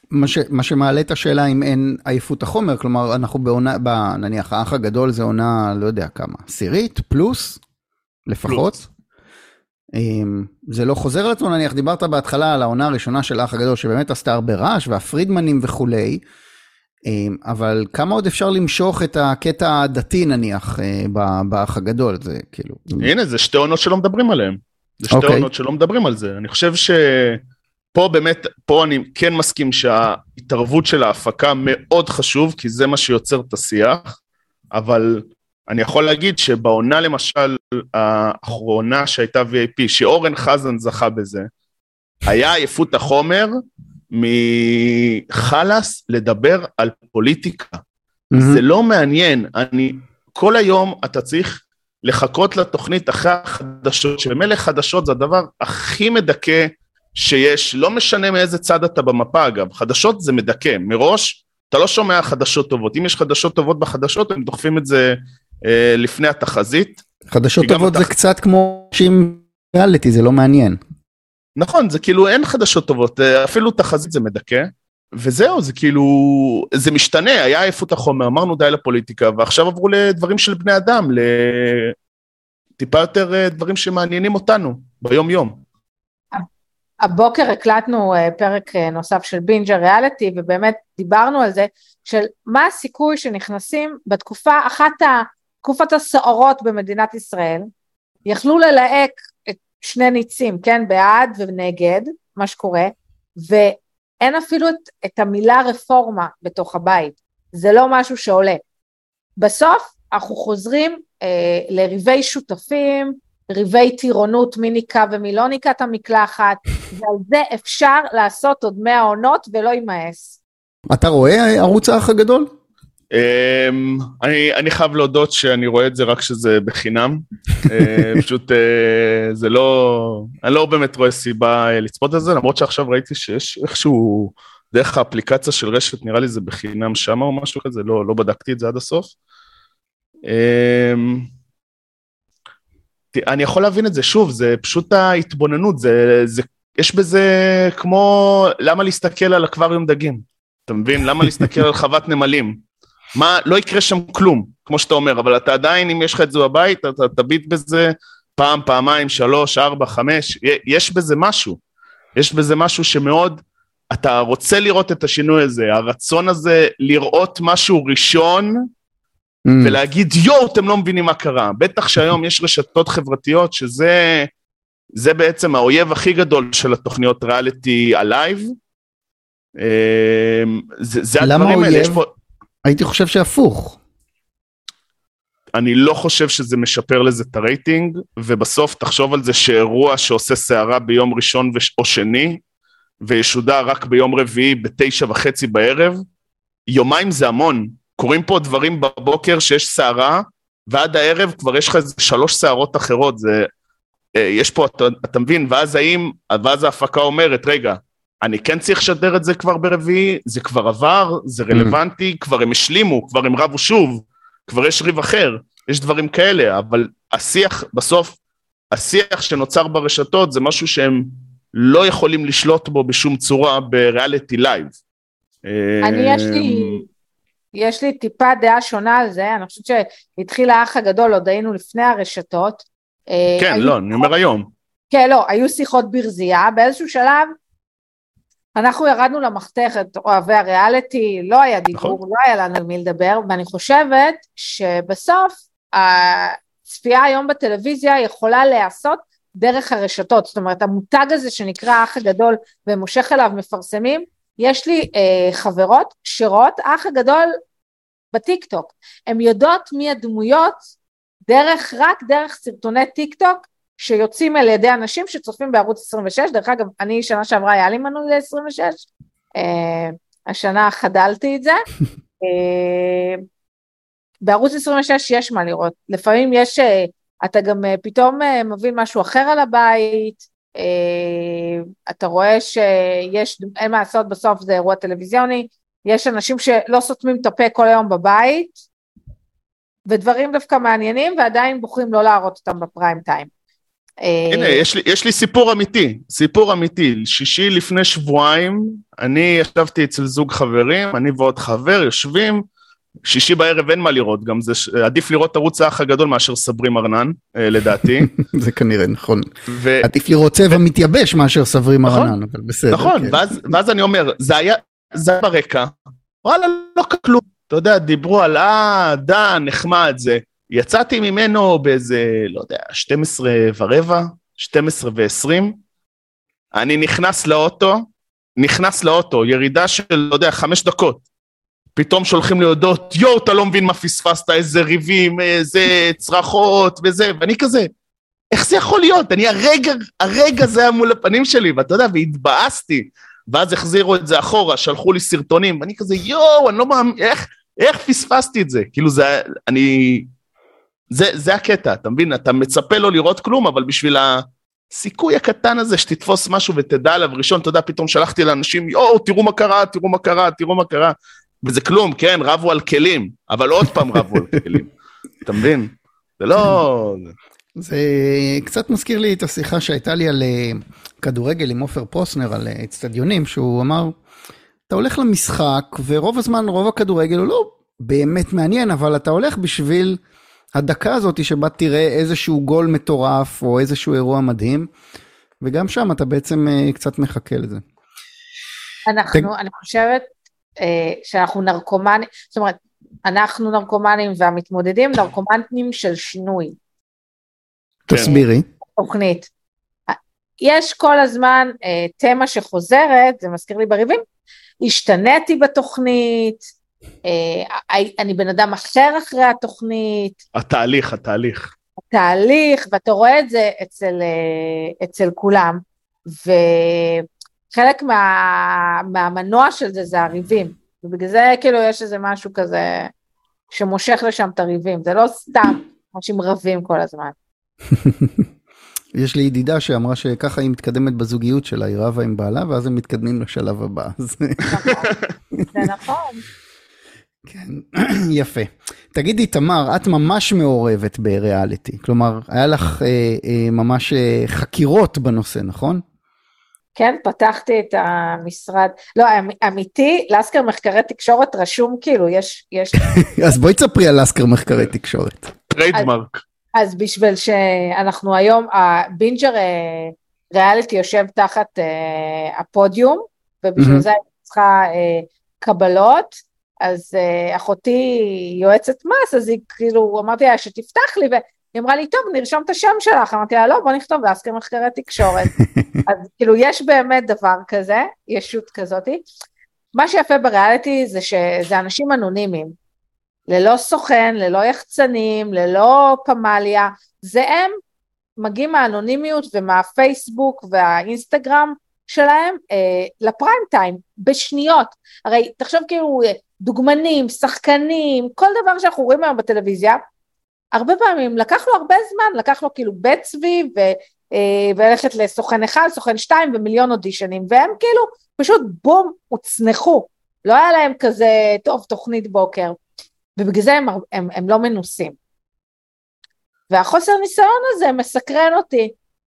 מה, ש, מה שמעלה את השאלה אם אין עייפות החומר, כלומר אנחנו בעונה, נניח האח הגדול זה עונה, לא יודע כמה, עשירית, פלוס, לפחות. פלוס. זה לא חוזר על עצמו, נניח דיברת בהתחלה על העונה הראשונה של האח הגדול, שבאמת עשתה הרבה רעש, והפרידמנים וכולי, אבל כמה עוד אפשר למשוך את הקטע הדתי נניח באח הגדול, זה כאילו... הנה, זה שתי עונות שלא מדברים עליהן. זה שתי okay. עונות שלא מדברים על זה. אני חושב שפה באמת, פה אני כן מסכים שההתערבות של ההפקה מאוד חשוב, כי זה מה שיוצר את השיח, אבל אני יכול להגיד שבעונה למשל, האחרונה שהייתה וי איי פי, שאורן חזן זכה בזה, היה עייפות החומר מחלס לדבר על פוליטיקה. Mm-hmm. זה לא מעניין. אני, כל היום אתה צריך לחכות לתוכנית אחרי החדשות, שבמילא חדשות זה הדבר הכי מדכא שיש, לא משנה מאיזה צד אתה במפה אגב, חדשות זה מדכא, מראש אתה לא שומע חדשות טובות, אם יש חדשות טובות בחדשות, הם דוחפים את זה אה, לפני התחזית. חדשות טובות התח... זה קצת כמו שהם ריאליטי, זה לא מעניין. נכון, זה כאילו אין חדשות טובות, אפילו תחזית זה מדכא, וזהו, זה כאילו, זה משתנה, היה עייפות החומר, אמרנו די לפוליטיקה, ועכשיו עברו לדברים של בני אדם, לטיפה יותר דברים שמעניינים אותנו, ביום יום. הבוקר הקלטנו פרק נוסף של בינג' ריאליטי, ובאמת דיברנו על זה, של מה הסיכוי שנכנסים בתקופה, אחת התקופת הסערות במדינת ישראל, יכלו ללהק את שני ניצים, כן, בעד ונגד, מה שקורה, ואין אפילו את, את המילה רפורמה בתוך הבית, זה לא משהו שעולה. בסוף אנחנו חוזרים אה, לריבי שותפים, ריבי טירונות, מי ניקה ומי לא ניקה את המקלחת, ועל זה אפשר לעשות עוד מאה עונות ולא יימאס. אתה רואה ערוץ האח הגדול? אני, אני חייב להודות שאני רואה את זה רק שזה בחינם, פשוט זה לא, אני לא באמת רואה סיבה לצפות את זה, למרות שעכשיו ראיתי שיש איכשהו דרך האפליקציה של רשת, נראה לי זה בחינם שמה או משהו כזה, לא, לא בדקתי את זה עד הסוף. אני יכול להבין את זה, שוב, זה פשוט ההתבוננות, זה, זה, יש בזה כמו, למה להסתכל על אקווריום דגים? אתה מבין? למה להסתכל על חוות נמלים? מה, לא יקרה שם כלום, כמו שאתה אומר, אבל אתה עדיין, אם יש לך את זה בבית, אתה תביט בזה פעם, פעמיים, שלוש, ארבע, חמש, יש בזה משהו, יש בזה משהו שמאוד, אתה רוצה לראות את השינוי הזה, הרצון הזה לראות משהו ראשון, mm. ולהגיד, יו, אתם לא מבינים מה קרה, בטח שהיום יש רשתות חברתיות, שזה זה בעצם האויב הכי גדול של התוכניות ריאליטי הלייב, זה, זה הדברים האלה, יש פה... הייתי חושב שהפוך. אני לא חושב שזה משפר לזה את הרייטינג, ובסוף תחשוב על זה שאירוע שעושה שערה ביום ראשון או שני, וישודה רק ביום רביעי בתשע וחצי בערב, יומיים זה המון. קוראים פה דברים בבוקר שיש שערה, ועד הערב כבר יש לך איזה שלוש שערות אחרות, זה, יש פה, אתה, אתה מבין, ואז האם, ואז ההפקה אומרת, רגע, אני כן צריך לשדר את זה כבר ברביעי, זה כבר עבר, זה רלוונטי, כבר הם השלימו, כבר הם רבו שוב, כבר יש ריב אחר, יש דברים כאלה, אבל השיח, בסוף, השיח שנוצר ברשתות, זה משהו שהם לא יכולים לשלוט בו בשום צורה בריאליטי לייב. אני יש לי, יש לי טיפה דעה שונה על זה, אני חושבת שהתחיל האח הגדול, עוד היינו לפני הרשתות. כן, לא, אני אומר היום. כן, לא, היו שיחות ברזייה, באיזשהו שלב, אנחנו ירדנו למחתכת אוהבי הריאליטי, לא היה דיבור, לא היה לנו על מי לדבר, ואני חושבת שבסוף הצפייה היום בטלוויזיה יכולה להיעשות דרך הרשתות, זאת אומרת המותג הזה שנקרא האח הגדול ומושך אליו מפרסמים, יש לי אה, חברות שרואות האח הגדול בטיק טוק, הן יודעות מי הדמויות דרך, רק דרך סרטוני טיק טוק, שיוצאים על ידי אנשים שצופים בערוץ עשרים ושש, דרך אגב, אני שנה שעברה היה לי מנוי ל-עשרים ושש, אה, השנה חדלתי את זה, אה, בערוץ עשרים ושש יש מה לראות, לפעמים יש, אה, אתה גם אה, פתאום אה, מבין משהו אחר על הבית, אה, אתה רואה שיש, אין מה לעשות בסוף זה אירוע טלוויזיוני, יש אנשים שלא סותמים את הפה כל היום בבית, ודברים דווקא מעניינים, ועדיין בוחרים לא להראות אותם בפריים טיים. הנה, יש לי, יש לי סיפור אמיתי, סיפור אמיתי, שישי לפני שבועיים, אני ישבתי אצל זוג חברים, אני ועוד חבר יושבים, שישי בערב אין מה לראות, גם זה עדיף לראות ערוץ האח הגדול מאשר סברים ארנן, לדעתי. זה כנראה נכון. עדיף לראות צבע מתייבש מאשר סברים ארנן, אבל בסדר. נכון, ואז אני אומר, זה היה ברקע, וואלה, לא כלום, אתה יודע, דיברו על אה, דן, נחמד זה, יצאתי ממנו באיזה, לא יודע, שתים עשרה ורבע, שתים עשרה ועשרים, אני נכנס לאוטו, נכנס לאוטו, ירידה של, לא יודע, חמש דקות, פתאום שולחים להודות, יו, אתה לא מבין מה פספסת, איזה ריבים, איזה צרחות וזה, ואני כזה, איך זה יכול להיות? אני הרגע, הרגע זה היה מול הפנים שלי, ואתה יודע, והתבאסתי, ואז החזירו את זה אחורה, שלחו לי סרטונים, ואני כזה, יו, אני לא מאמין, איך, איך פספסתי את זה? כאילו זה, אני, זה, זה הקטע, אתה מבין? אתה מצפה לא לראות כלום, אבל בשביל הסיכוי הקטן הזה, שתתפוס משהו ותדע עליו ראשון, אתה יודע, פתאום שלחתי לאנשים, יו, תראו מה קרה, תראו מה קרה, תראו מה קרה, וזה כלום, כן, רבו על כלים, אבל עוד פעם רבו על כלים, אתה מבין? זה לא... זה קצת מזכיר לי את השיחה שהייתה לי על כדורגל עם עופר פרוסנר, על אצטדיונים, שהוא אמר, אתה הולך למשחק, ורוב הזמן, רוב הכדורגל הוא לא באמת מעניין, אבל אתה הולך בשביל הדקה הזאת, שבה תראה איזשהו גול מטורף, או איזשהו אירוע מדהים, וגם שם אתה בעצם קצת מחכה לזה. אנחנו, אני חושבת, שאנחנו נרקומנים, זאת אומרת, אנחנו נרקומנים והמתמודדים, נרקומנים של שינוי. תסבירי. תוכנית. יש כל הזמן תמה שחוזרת, זה מזכיר לי בריבים, השתניתי בתוכנית, אני בן אדם אחר אחרי התוכנית. התהליך, התהליך. התהליך, ואתה רואה את זה אצל, אצל כולם, ו... חלק מה, מהמנוע של זה זה הריבים, ובגלל זה כאילו יש איזה משהו כזה שמושך לשם את הריבים, זה לא סתם אנשים רבים כל הזמן. יש לי ידידה שאמרה שככה היא מתקדמת בזוגיות שלה, היא רבה עם בעלה, ואז הם מתקדמים לשלב הבא. זה נכון. כן, יפה. תגידי תמר, את ממש מעורבת בריאליטי, כלומר, היה לך אה, אה, ממש אה, חקירות בנושא, נכון? כן, פתחתי את המשרד, לא, אמיתי, לסקר מחקרי תקשורת רשום, כאילו, יש, יש... אז בואי תספרי על לסקר מחקרי תקשורת. טריידמרק. אז בשביל שאנחנו היום, הבינג'ר ריאליטי יושב תחת הפודיום, ובשביל זה אני צריכה קבלות, אז אחותי יועצת מס, אז היא כאילו, אמרתי לה שתפתח לי, היא אמרה לי, טוב, נרשום את השם שלך, אמרתי לה, לא, בוא נכתוב לסקר מחקרי תקשורת. אז כאילו, יש באמת דבר כזה, ישות כזאת. מה שיפה בריאליטי זה שזה אנשים אנונימיים, ללא סוכן, ללא יחצנים, ללא פמליה, זה הם מגיעים מהאנונימיות ומהפייסבוק והאינסטגרם שלהם אה, לפריים טיים, בשניות. הרי תחשוב כאילו דוגמנים, שחקנים, כל דבר שאנחנו רואים היום בטלוויזיה, הרבה פעמים לקח לו הרבה זמן, לקח לו כאילו בית צבי ו, אה, ולכת לסוכן אחד, סוכן שתיים ומיליון אודישנים, והם כאילו פשוט בום, הוצנחו, לא היה להם כזה, טוב, תוכנית בוקר, ובגלל זה הם, הם, הם לא מנוסים. והחוסר ניסיון הזה מסקרן אותי,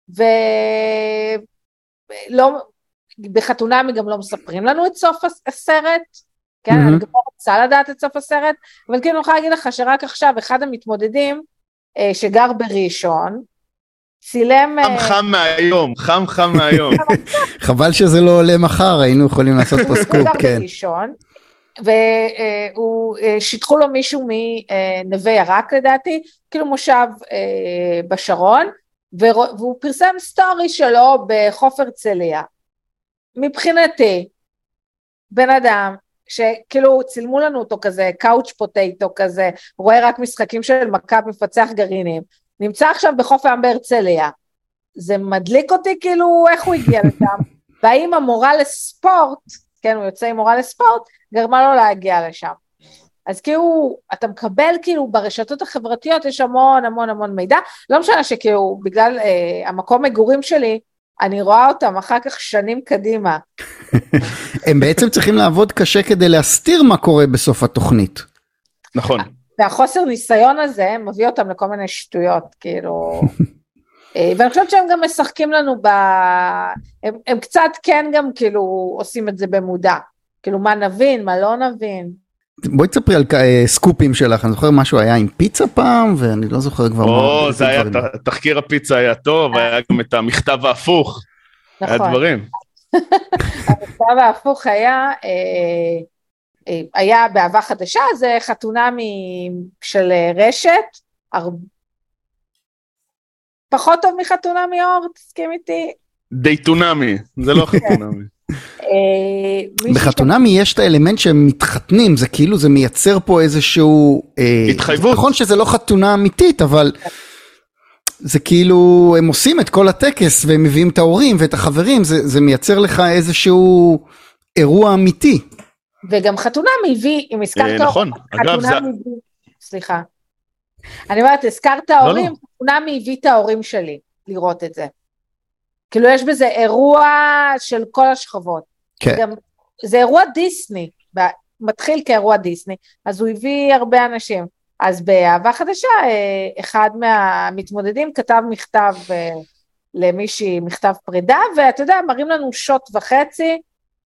ולא, בחתונמי גם לא מספרים לנו את סוף הסרט, כן, mm-hmm. אני גם רוצה לדעת את סוף הסרט, אבל כן, אני יכולה להגיד לך שרק עכשיו, אחד המתמודדים, אה, שגר בראשון, צילם... חם חם מהיום, חם חם מהיום. חבל שזה לא עולה מחר, היינו יכולים לעשות פה סקופ, כן. גר בראשון, והוא, שיתחו לו מישהו מנווה ירק לדעתי, כאילו מושב אה, בשרון, והוא פרסם סטורי שלו בחוף הרצליה. מבחינתי, בן אדם, שכאילו צילמו לנו אותו כזה, קאוץ' פוטטו כזה, רואה רק משחקים של מכב מפצח גרעינים, נמצא עכשיו בחוף הים בהרצליה, זה מדליק אותי כאילו איך הוא הגיע לשם, והאם המורה לספורט, כן, הוא יוצא עם מורה לספורט, גרמה לו להגיע לשם. אז כאילו, אתה מקבל כאילו ברשתות החברתיות, יש המון המון המון מידע, לא משנה שכאילו, בגלל אה, המקום מגורים שלי, אני רואה אותם אחר כך שנים קדימה. הם בעצם צריכים לעבוד קשה כדי להסתיר מה קורה בסוף התוכנית. נכון. והחוסר ניסיון הזה מביא אותם לכל מיני שטויות, כאילו... ואני חושבת שהם גם משחקים לנו ב... הם, הם קצת כן גם כאילו עושים את זה במודע, כאילו מה נבין, מה לא נבין. בואי תספרי על סקופים שלך, אני זוכר משהו היה עם פיצה פעם, ואני לא זוכר כבר מה. או, זה היה, תחקיר הפיצה היה טוב, היה גם את המכתב ההפוך, היה דברים. המכתב ההפוך היה, היה באהבה חדשה, זה חתונה של רשת, פחות טוב מחתונה מאור, תסכים איתי? דייטונמי, זה לא חתונמי. בחתונמי יש את האלמנט שהם מתחתנים, זה כאילו זה מייצר פה איזשהו... התחייבות. נכון שזה לא חתונה אמיתית, אבל זה כאילו, הם עושים את כל הטקס, והם מביאים את ההורים ואת החברים, זה, זה מייצר לך איזשהו אירוע אמיתי. וגם חתונה מביא, אם הזכרת... נכון, אגב זה... סליחה. אני אומרת, הזכרת ההורים, חתונה מביא את ההורים שלי לראות את זה. כאילו יש בזה אירוע של כל השכבות. כן. גם, זה אירוע דיסני, מתחיל כאירוע דיסני, אז הוא הביא הרבה אנשים. אז באהבה חדשה, אחד מהמתמודדים כתב מכתב למישהי, מכתב פרידה, ואתה יודע, מראים לנו שוט וחצי,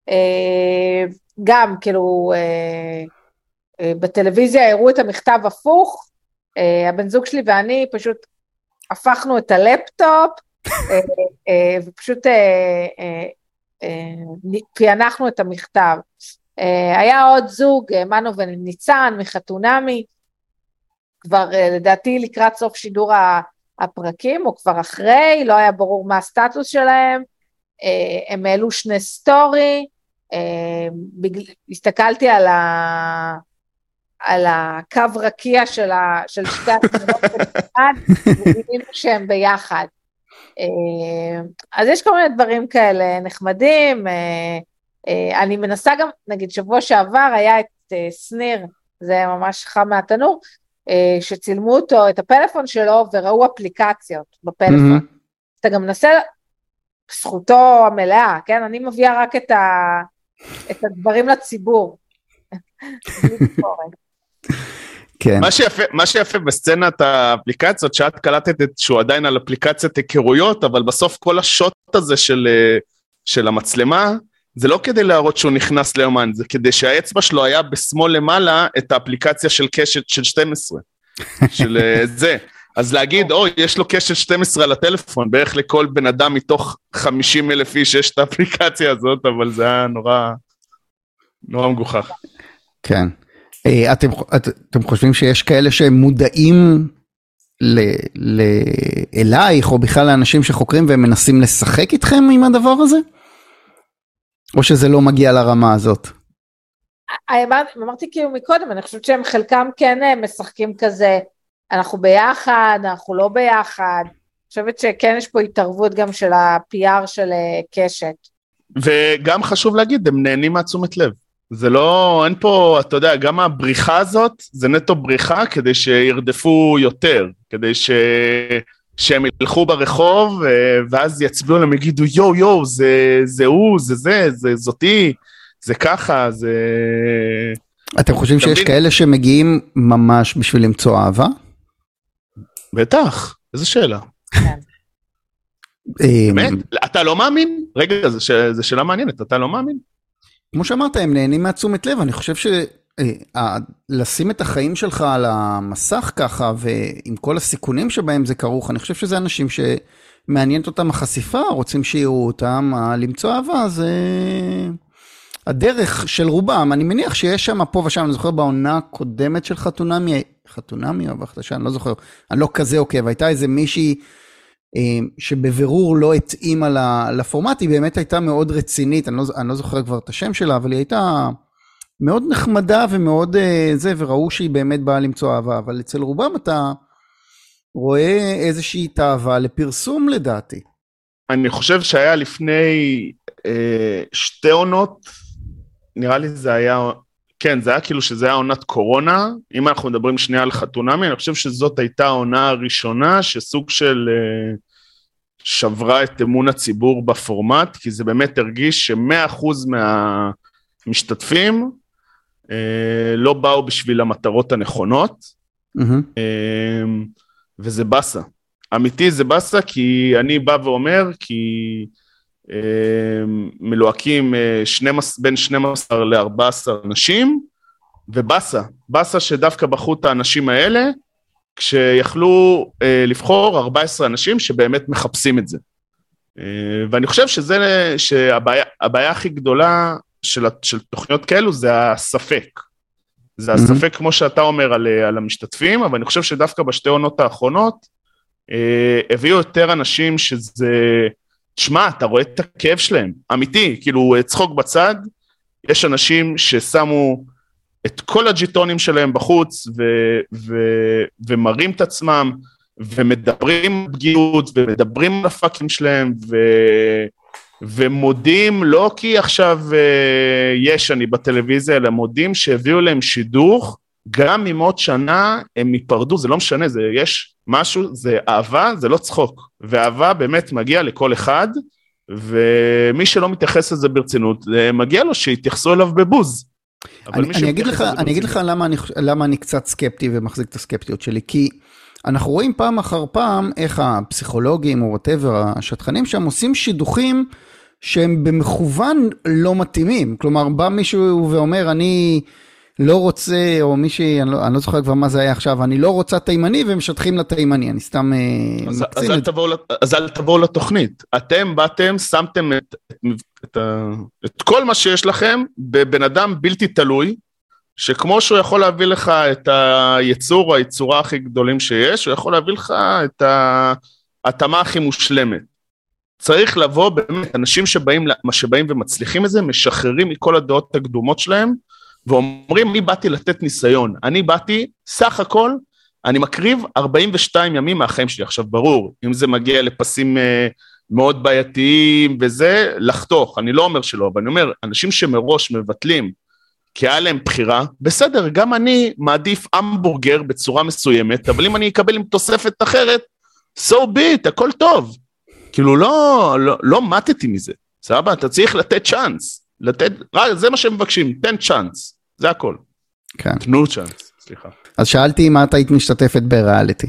גם כאילו בטלוויזיה הראו את המכתב הפוך, הבן זוג שלי ואני פשוט הפכנו את הלפטופ, ופשוט פענחנו את המכתב. היה עוד זוג, מנו וניצן מחתונמי, כבר לדעתי לקראת סוף שידור הפרקים, או כבר אחרי, לא היה ברור מה הסטטוס שלהם, הם העלו שני סטורי, הסתכלתי על ה... על הקו רקיע של, ה, של שתי התמונות בלבד, וגילינו שהם ביחד. אז יש כל מיני דברים כאלה נחמדים, אני מנסה גם, נגיד שבוע שעבר היה את סניר, זה ממש חם מהתנור, שצילמו אותו, את הפלאפון שלו, וראו אפליקציות בפלאפון. Mm-hmm. אתה גם מנסה, זכותו המלאה, כן? אני מביאה רק את, ה, את הדברים לציבור. בלי ביקורת. כן. מה שיפה, מה שיפה בסצנת האפליקציות, שאת קלטת שהוא עדיין על אפליקציית היכרויות, אבל בסוף כל השוט הזה של, של המצלמה, זה לא כדי להראות שהוא נכנס ליומן, זה כדי שהאצבע שלו היה בשמאל למעלה את האפליקציה של קשת של שתים עשרה, של זה. אז להגיד, אוי, יש לו קשת שתים עשרה על הטלפון, בערך לכל בן אדם מתוך חמישים אלף איש יש את האפליקציה הזאת, אבל זה היה נורא, נורא מגוחך. כן. אתם, אתם חושבים שיש כאלה שהם מודעים ל, ל, אלייך, או בכלל לאנשים שחוקרים והם מנסים לשחק איתכם עם הדבר הזה? או שזה לא מגיע לרמה הזאת? אמרתי כאילו מקודם, אני חושבת שהם חלקם כן משחקים כזה, אנחנו ביחד, אנחנו לא ביחד, אני חושבת שכן יש פה התערבות גם של ה-פי אר של קשת. וגם חשוב להגיד, הם נהנים מעצומת לב. זה לא, אין פה, אתה יודע, גם הבריחה הזאת, זה נטו בריחה כדי שירדפו יותר, כדי ש... שהם ילכו ברחוב, ואז יצבלו להם, יגידו, יו, יו, זה, זה הוא, זה זה, זה זאתי, זה ככה, זה... אתם חושבים שיש בין... כאלה שמגיעים ממש בשביל למצוא אהבה? בטח, איזו שאלה. באמת? אתה לא מאמין? רגע, זו שאלה מעניינת, אתה לא מאמין? כמו שאמרת, הם נהנים מעצומת לב, אני חושב שלשים את החיים שלך על המסך ככה, ועם כל הסיכונים שבהם זה כרוך, אני חושב שזה אנשים שמעניינת אותם החשיפה, רוצים שיראו אותם, למצוא אהבה, זה הדרך של רובם, אני מניח שיש שם פה ושם, אני זוכר בעונה הקודמת של חתונמי, חתונמי או בחדשה, אני לא זוכר, אני לא כזה עוקב, הייתה איזה מישהי, שבבירור לא התאימה לפורמט, היא באמת הייתה מאוד רצינית, אני לא, אני לא זוכר כבר את השם שלה, אבל היא הייתה מאוד נחמדה ומאוד זה, וראו שהיא באמת באה למצוא אהבה, אבל אצל רובם אתה רואה איזושהי תאווה לפרסום לדעתי. אני חושב שהיה לפני אה, שתי עונות, נראה לי זה היה, כן, זה היה כאילו שזה היה עונת קורונה, אם אנחנו מדברים שנייה על חתונמי, אני חושב שזאת הייתה העונה הראשונה, שסוג של אה, שברה את אמון הציבור בפורמט, כי זה באמת הרגיש ש-מאה אחוז מהמשתתפים אה, לא באו בשביל המטרות הנכונות, mm-hmm. אה, וזה בסה. אמיתי זה בסה, כי אני בא ואומר, כי מלוהקים בין שנים עשר ל-ארבע עשרה אנשים, ובסה, בסה שדווקא בחרו את האנשים האלה, כשיכלו לבחור ארבע עשרה אנשים שבאמת מחפשים את זה. ואני חושב שזה, שהבעיה, הבעיה הכי גדולה של, של תוכניות כאלו זה הספק. זה הספק, כמו שאתה אומר, על, על המשתתפים, אבל אני חושב שדווקא בשתי עונות האחרונות, הביאו יותר אנשים שזה, תשמע, אתה רואה את הכאב שלהם, אמיתי, כאילו צחוק בצד, יש אנשים ששמו את כל הג'יטונים שלהם בחוץ, ו, ו, ומראים את עצמם, ומדברים פגיעות, ומדברים על הפאקים שלהם, ו, ומודים, לא כי עכשיו יש אני בטלוויזיה, אלא מודים שהביאו להם שידוך, גם אם עוד שנה הם ייפרדו, זה לא משנה, זה יש משהו, זה אהבה, זה לא צחוק, ואהבה באמת מגיע לכל אחד, ומי שלא מתייחס לזה ברצינות, מגיע לו שיתייחסו אליו בבוז. אני, אני אגיד לך, אני אגיד לך למה אני, למה אני קצת סקפטי ומחזיק את הסקפטיות שלי, כי אנחנו רואים פעם אחר פעם איך הפסיכולוגים או whatever, השטחנים שם עושים שידוכים שהם במכוון לא מתאימים, כלומר בא מישהו ואומר אני לא רוצה, או מישהי, אני לא, אני לא זוכר כבר מה זה היה עכשיו, אני לא רוצה תימני והם שטחים לתימני, אני סתם אז, אז, אל תבואו, אז אל תבואו לתוכנית, אתם באתם, שמתם את, את, את, את כל מה שיש לכם בבן אדם בלתי תלוי, שכמו שהוא יכול להביא לך את היצור או היצורה הכי גדולים שיש, הוא יכול להביא לך את ההתאמה הכי מושלמת. צריך לבוא באמת, אנשים שבאים, שבאים ומצליחים את זה, משחררים מכל הדעות הקדומות שלהם, ואומרים, אני באתי לתת ניסיון, אני באתי, סך הכל, אני מקריב ארבעים ושתיים ימים מהחיים שלי, עכשיו ברור, אם זה מגיע לפסים מאוד בעייתיים וזה, לחתוך, אני לא אומר שלא, אבל אני אומר, אנשים שמראש מבטלים, כי היה להם בחירה, בסדר, גם אני מעדיף המבורגר בצורה מסוימת, אבל אם אני אקבל עם תוספת אחרת, so be it, הכל טוב. כאילו לא, לא, לא מתתי מזה, סבבה? אתה צריך לתת צ'אנס, לתת, זה מה שהם מבקשים, תן צ'אנס, זה הכל. כן. תנו צ'אנס, סליחה. אז שאלתי אם את היית משתתפת בריאליטי.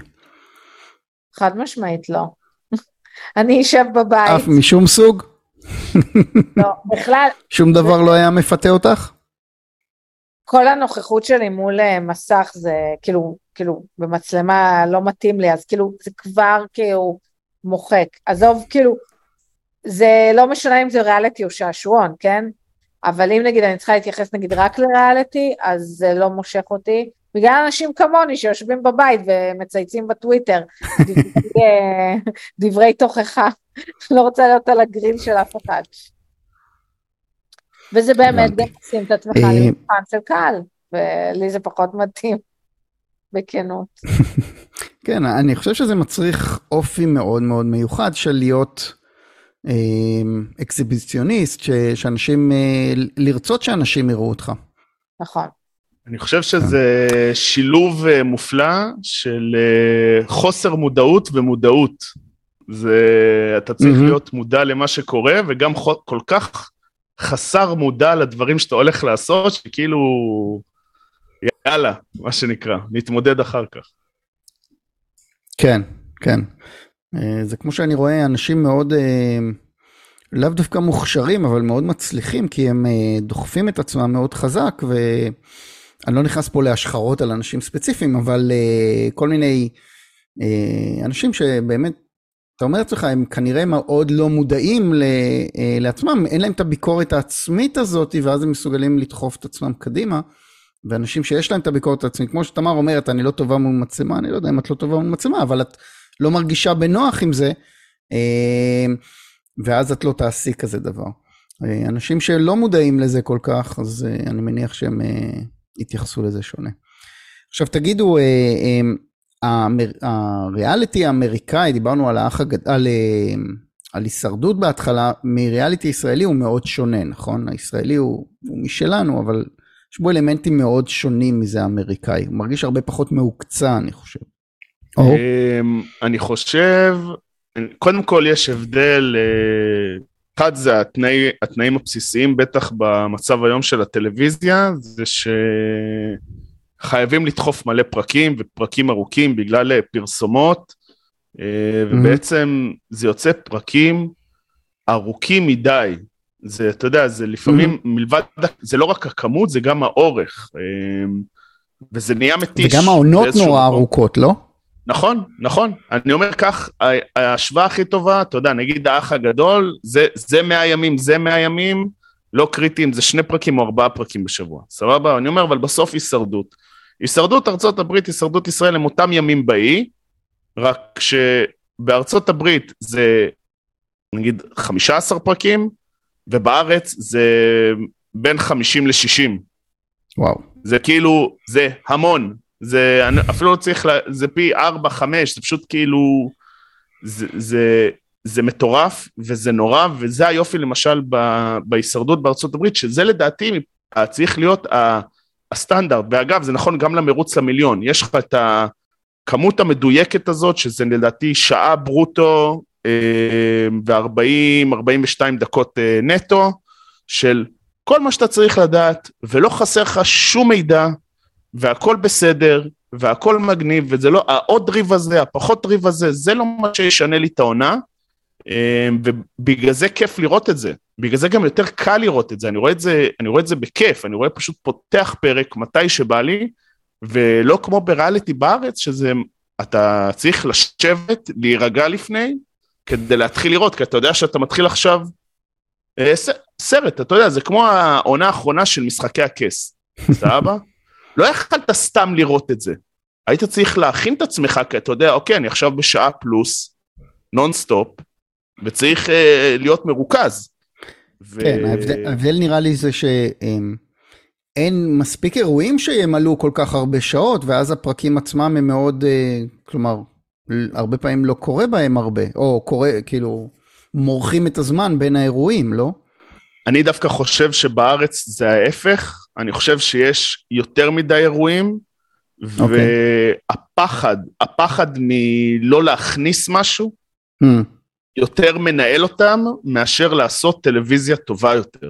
חד משמעית לא. אני אשב בבית. אף משום סוג? לא, בכלל. שום דבר לא היה מפתה אותך? כל הנוכחות שלי מול מסך זה כאילו, כאילו במצלמה לא מתאים לי, אז כאילו זה כבר כאילו מוחק. עזוב כאילו, זה לא משנה אם זה ריאליטי או שעשועון, כן? אבל אם נגיד אני צריכה להתייחס נגיד רק לריאליטי, אז זה לא מושך אותי. בגלל אנשים כמוני שיושבים בבית ומצייצים בטוויטר, דברי, דברי תוכחה, לא רוצה להיות על הגריל של אף אחד. וזה באמת גם עושים את עצמך למבחן של קהל, ולי זה פחות מתאים, בכנות. כן, אני חושב שזה מצריך אופי מאוד מאוד מיוחד של להיות אקסיביציוניסט, שאנשים, לרצות שאנשים יראו אותך. נכון. אני חושב שזה שילוב מופלא של חוסר מודעות ומודעות. זה, אתה צריך להיות מודע למה שקורה, וגם כל כך חסר מודע לדברים שאתה הולך לעשות, שכאילו, יאללה, מה שנקרא, נתמודד אחר כך. כן, כן. זה כמו שאני רואה אנשים מאוד, לאו דווקא מוכשרים, אבל מאוד מצליחים, כי הם דוחפים את עצמם מאוד חזק, ואני לא נכנס פה להשחרות על אנשים ספציפיים, אבל כל מיני אנשים שבאמת, אתה אומר לעצמך, הם כנראה מאוד לא מודעים לעצמם, אין להם את הביקורת העצמית הזאת, ואז הם מסוגלים לדחוף את עצמם קדימה, ואנשים שיש להם את הביקורת העצמית, כמו שתמר אומרת, אני לא טובה מול מצלמה, אני לא יודע אם את לא טובה מול מצלמה, אבל את לא מרגישה בנוח עם זה, ואז את לא תעשי כזה דבר. אנשים שלא מודעים לזה כל כך, אז אני מניח שהם יתייחסו לזה שונה. עכשיו תגידו, הריאליטי האמריקאי, דיברנו על האח הגדול, על, על הישרדות בהתחלה, מריאליטי ישראלי הוא מאוד שונה, נכון? הישראלי הוא, הוא משלנו, אבל יש בו אלמנטים מאוד שונים מזה האמריקאי, הוא מרגיש הרבה פחות מעוקצה, אני חושב. אני חושב, קודם כל יש הבדל, אחד זה התנאי, התנאים הבסיסיים, בטח במצב היום של הטלוויזיה, זה שחייבים לדחוף מלא פרקים, ופרקים ארוכים בגלל פרסומות, ובעצם זה יוצא פרקים ארוכים מדי, זה, אתה יודע, זה לפעמים מלבד, זה לא רק הכמות, זה גם האורך, וזה נהיה מתיש. וגם העונות נורא ארוכות, לא? נכון, נכון. אני אומר כך, ההשוואה הכי טובה, אתה יודע, נגיד האח הגדול, זה, זה מאה ימים, זה מאה ימים, לא קריטיים, זה שני פרקים או ארבעה פרקים בשבוע. סבבה? אני אומר, אבל בסוף הישרדות. הישרדות ארצות הברית, הישרדות ישראל, הם אותם ימים באי, רק שבארצות הברית זה, נגיד, חמישה עשר פרקים, ובארץ זה בין חמישים ל-שישים. וואו. זה כאילו, זה המון. זה, אפילו לא צריך, זה פי ארבע, חמש, זה פשוט כאילו, זה, זה, זה מטורף, וזה נורא, וזה היופי למשל ב, בהישרדות בארצות הברית, שזה לדעתי צריך להיות הסטנדרט, ואגב, זה נכון גם למרוץ למיליון, יש לך את הכמות המדויקת הזאת, שזה לדעתי שעה ברוטו, ו-ארבעים, ארבעים ושתיים דקות נטו, של כל מה שאתה צריך לדעת, ולא חסר לך שום מידע, והכל בסדר, והכל מגניב, וזה לא, העוד ריב הזה, הפחות ריב הזה, זה לא מה שישנה לי את העונה, ובגלל זה כיף לראות את זה, בגלל זה גם יותר קל לראות את זה, אני רואה את זה, אני רואה את זה בכיף, אני רואה פשוט פותח פרק מתי שבא לי, ולא כמו בריאליטי בארץ, שזה, אתה צריך לשבת, להירגע לפני, כדי להתחיל לראות, כי אתה יודע שאתה מתחיל עכשיו, סרט, אתה יודע, זה כמו העונה האחרונה של משחקי הכס, סבבה? לא יכולת סתם לראות את זה. היית צריך להכין את עצמך, כי אתה יודע, אוקיי, אני עכשיו בשעה פלוס, נונסטופ, וצריך אה, להיות מרוכז. כן, ו... ההבדל, ההבדל נראה לי זה שאין מספיק אירועים שימלאו כל כך הרבה שעות, ואז הפרקים עצמם הם מאוד, אה, כלומר, הרבה פעמים לא קורה בהם הרבה, או קורה, כאילו, מורחים את הזמן בין האירועים, לא? אני דווקא חושב שבארץ זה ההפך, אני חושב שיש יותר מדי אירועים, okay. והפחד, הפחד מלא להכניס משהו, hmm. יותר מנהל אותם, מאשר לעשות טלוויזיה טובה יותר.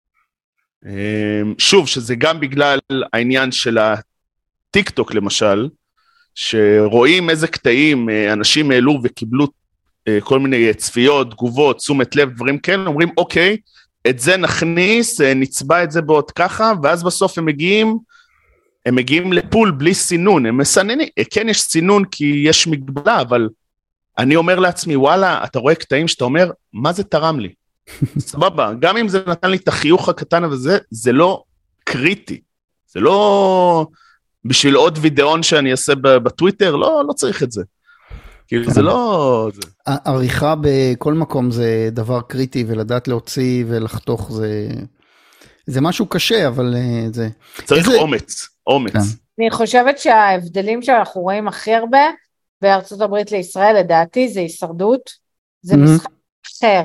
שוב, שזה גם בגלל העניין של הטיק-טוק למשל, שרואים איזה קטעים אנשים העלו וקיבלו כל מיני צפיות, תגובות, תשומת לב, דברים כאלה, אומרים אוקיי, את זה נכניס, נצבע את זה בעוד ככה, ואז בסוף הם מגיעים, הם מגיעים לפול בלי סינון, הם מסננים, כן יש סינון כי יש מגבלה, אבל אני אומר לעצמי, וואלה, אתה רואה קטעים שאתה אומר, מה זה תרם לי? סבבה, גם אם זה נתן לי את החיוך הקטן וזה, זה לא קריטי, זה לא בשביל עוד וידאון שאני אעשה בטוויטר, לא, לא צריך את זה. כאילו זה לא... עריכה בכל מקום זה דבר קריטי, ולדעת להוציא ולחתוך זה... זה משהו קשה, אבל זה... צריך אומץ, אומץ. אני חושבת שההבדלים שאנחנו רואים הכי הרבה, בארצות הברית לישראל, לדעתי, זה הישרדות, זה משחק אחר.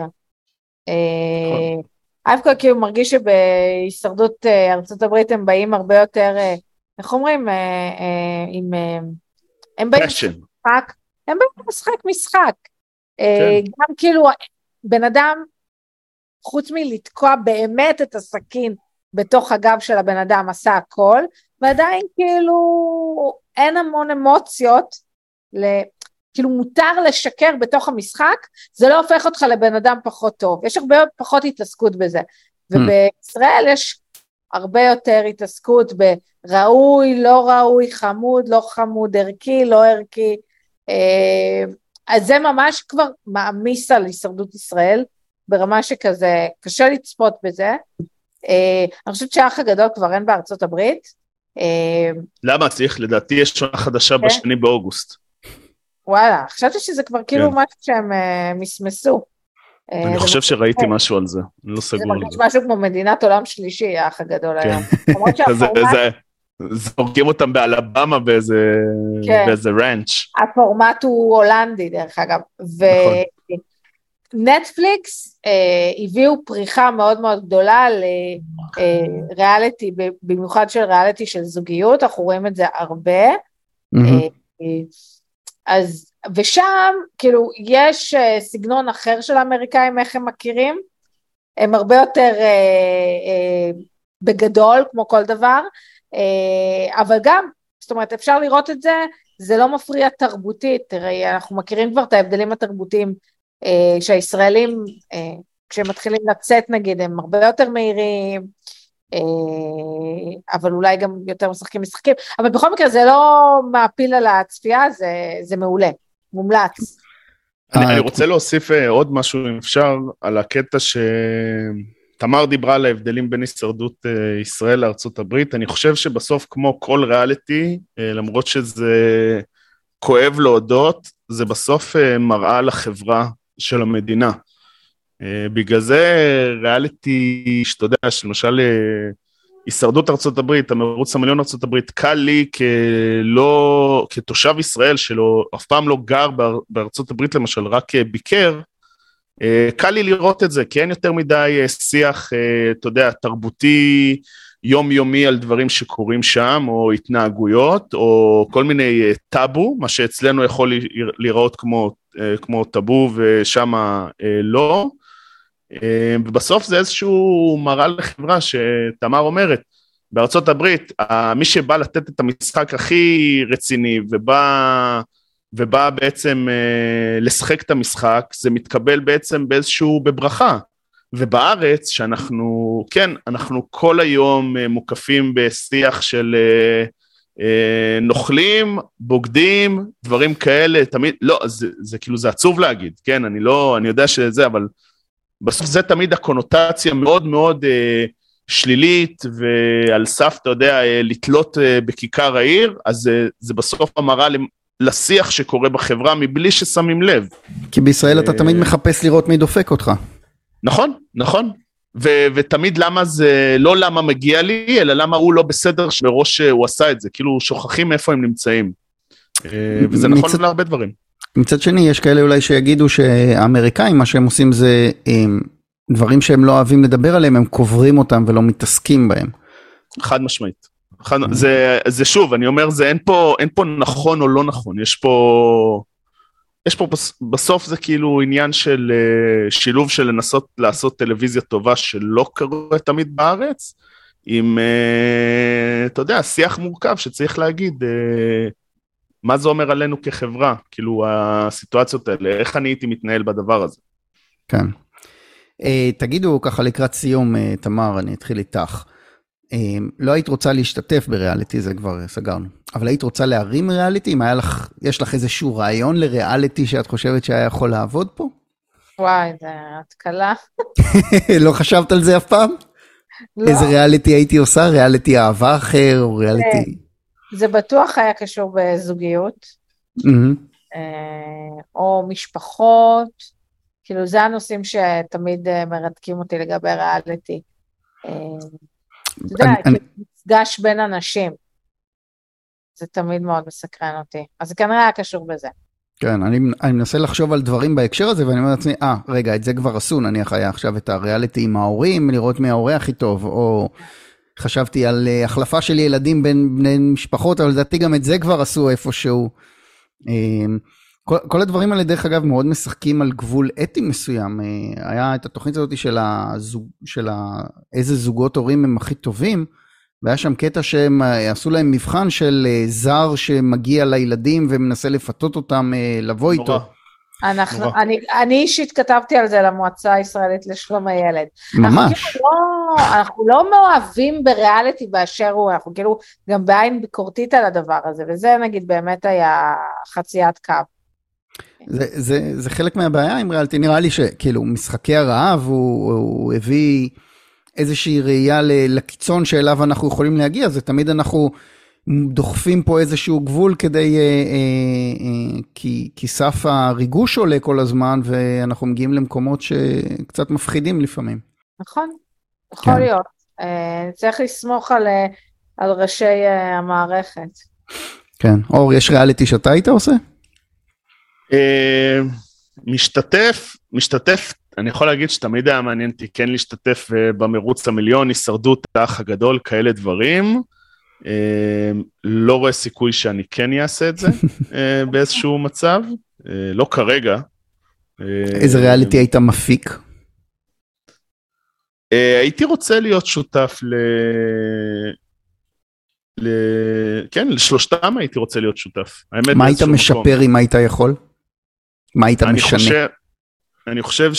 אבקה כאילו מרגיש שבהישרדות ארצות הברית הם באים הרבה יותר, איך אומרים, עם... הם באים משחק, הם באים משחק משחק. גם כאילו, בן אדם, חוץ מלתקוע באמת את הסכין בתוך הגב של הבן אדם, עשה הכל, ועדיין כאילו אין המון אמוציות, כאילו מותר לשקר בתוך המשחק, זה לא הופך אותך לבן אדם פחות טוב, יש הרבה פחות התעסקות בזה, ובישראל יש הרבה יותר התעסקות בראוי, לא ראוי, חמוד, לא חמוד, ערכי, לא ערכי, אז זה ממש כבר מעמיס על הישרדות ישראל, ברמה שכזה קשה לצפות בזה, אני חושבת שהאח הגדול כבר אין בארצות הברית. למה צריך? לדעתי יש שונה חדשה בשני באוגוסט. וואלה, חשבתי שזה כבר כאילו משהו שהם מסמסו. אני חושב שראיתי משהו על זה, אני לא סגור על זה. זה מרגיש משהו כמו מדינת עולם שלישי, האח הגדול היום. זורקים אותם באלבמה באיזה רנץ'. הפורמט הוא הולנדי דרך אגב. נטפליקס הביאו פריחה מאוד מאוד גדולה לריאליטי, במיוחד של ריאליטי של זוגיות, אנחנו רואים את זה הרבה. אז, ושם, כאילו, יש סגנון אחר של האמריקאים, איך הם מכירים, הם הרבה יותר אה, אה, בגדול, כמו כל דבר, אה, אבל גם זאת אומרת, אפשר לראות את זה, זה לא מפריע תרבותית, תראי, אנחנו מכירים כבר את ההבדלים התרבותיים, אה, שהישראלים, אה, כשהם מתחילים לצאת נגיד, הם הרבה יותר מהירים, אה, אבל אולי גם יותר משחקים משחקים, אבל בכל מקרה זה לא מעפיל על הצפייה, זה, זה מעולה, מומלץ. אני, אני רוצה להוסיף עוד משהו, אם אפשר, על הקטע שתמר דיברה על ההבדלים בין הישרדות ישראל לארצות הברית. אני חושב שבסוף, כמו כל ריאליטי, למרות שזה כואב להודות, זה בסוף מראה לחברה של המדינה. בגלל זה ריאליטי, שאתה יודע, שלמשל הישרדות ארצות הברית, המרוץ המיליון ארצות הברית, קל לי כלא, כתושב ישראל שלו, אף פעם לא גר בארצות הברית למשל, רק ביקר, קל לי לראות את זה, כי אין יותר מדי שיח, אתה יודע, תרבותי, יומיומי על דברים שקורים שם, או התנהגויות, או כל מיני טאבו, מה שאצלנו יכול לראות כמו, כמו טאבו, ושם לא, ובסוף זה איזשהו מראה לחברה שתמר אומרת, בארצות הברית, מי שבא לתת את המשחק הכי רציני, ובא, ובא בעצם לשחק את המשחק, זה מתקבל בעצם באיזשהו בברכה, ובארץ שאנחנו, כן, אנחנו כל היום מוקפים בשיח של נוכלים, בוגדים, דברים כאלה, תמיד, לא, זה, זה כאילו, זה עצוב להגיד, כן, אני לא, אני יודע שזה, אבל בסוף זה תמיד הקונוטציה מאוד מאוד אה, שלילית, ועל סף, אתה יודע, אה, לתלות אה, בכיכר העיר, אז אה, זה בסוף המראה לשיח שקורה בחברה, מבלי ששמים לב. כי בישראל אתה תמיד מחפש לראות מי דופק אותך. נכון, נכון. ו- ותמיד למה זה, לא למה מגיע לי, אלא למה הוא לא בסדר שמראש הוא עשה את זה, כאילו שוכחים איפה הם נמצאים. וזה נכון מצד, להרבה דברים. מצד שני, יש כאלה אולי שיגידו שהאמריקאים, מה שהם עושים זה דברים שהם לא אוהבים לדבר עליהם, הם קוברים אותם ולא מתעסקים בהם. חד משמעית. חד, זה, זה שוב, אני אומר, זה אין פה, אין פה נכון או לא נכון, יש פה... יש פה בסוף זה כאילו עניין של שילוב של לנסות לעשות טלוויזיה טובה שלא קורה תמיד בארץ, עם, אתה יודע, שיח מורכב שצריך להגיד מה זה אומר עלינו כחברה, כאילו הסיטואציות האלה, איך אני הייתי מתנהל בדבר הזה. כן. תגידו ככה לקראת סיום, תמר, אני אתחיל איתך. לא היית רוצה להשתתף בריאליטי, זה כבר סגרנו, אבל היית רוצה להרים ריאליטי? אם היה לך, יש לך איזשהו רעיון לריאליטי שאת חושבת שהיה יכול לעבוד פה? וואי, זה התקלה. לא חשבת על זה אף פעם? לא. איזה ריאליטי הייתי עושה? ריאליטי אהבה אחר או ריאליטי? זה בטוח היה קשור בזוגיות, או משפחות, כאילו זה הנושאים שתמיד מרתקים אותי לגבי ריאליטי. אתה יודע, מפגש בין אנשים, זה תמיד מאוד מסקרן אותי, אז זה כנראה היה קשור בזה. כן, אני, אני מנסה לחשוב על דברים בהקשר הזה, ואני אומר לעצמי, אה, רגע, את זה כבר עשו, נניח היה עכשיו את הריאליטי עם ההורים, לראות מי ההורה הכי טוב, או חשבתי על uh, החלפה של ילדים בין בני משפחות, אבל לדעתי גם את זה כבר עשו איפשהו. Uh, כל, כל הדברים האלה, דרך אגב, מאוד משחקים על גבול אתי מסוים. Uh, היה את התוכנית הזאת של, הזוג, של ה, איזה זוגות הורים הם הכי טובים, והיה שם קטע שהם עשו להם מבחן של זר שמגיע לילדים ומנסה לפתות אותם לבוא נורא. איתו. אנחנו, נורא. אני, אני אישית כתבתי על זה למועצה הישראלית לשלום הילד. ממש. אנחנו, כאילו לא, אנחנו לא מאוהבים בריאליטי באשר הוא, אנחנו כאילו גם בעין ביקורתית על הדבר הזה, וזה נגיד באמת היה חציית קו. זה, זה, זה חלק מהבעיה עם ריאליטי, נראה לי שכאילו משחקי הרעב הוא, הוא הביא איזושהי ראייה לקיצון שאליו אנחנו יכולים להגיע, זה תמיד אנחנו דוחפים פה איזשהו גבול כדי, אה, אה, אה, כי, כי סף הריגוש עולה כל הזמן, ואנחנו מגיעים למקומות שקצת מפחידים לפעמים. נכון, יכול כן. להיות. אה, צריך לסמוך על, על ראשי אה, המערכת. כן, אור, יש ריאליטי שאתה היית עושה? אה, משתתף, משתתף, אני יכול להגיד שתמיד היה מעניין אותי כן להשתתף במרוץ המיליון, הישרדות האח הגדול, כאלה דברים. לא רואה סיכוי שאני כן אעשה את זה באיזשהו מצב, לא כרגע. איזה ריאליטי היית מפיק? הייתי רוצה להיות שותף ל... כן, לשלושתם הייתי רוצה להיות שותף. מה היית משפר אם היית יכול? מה היית משנה? אני חושב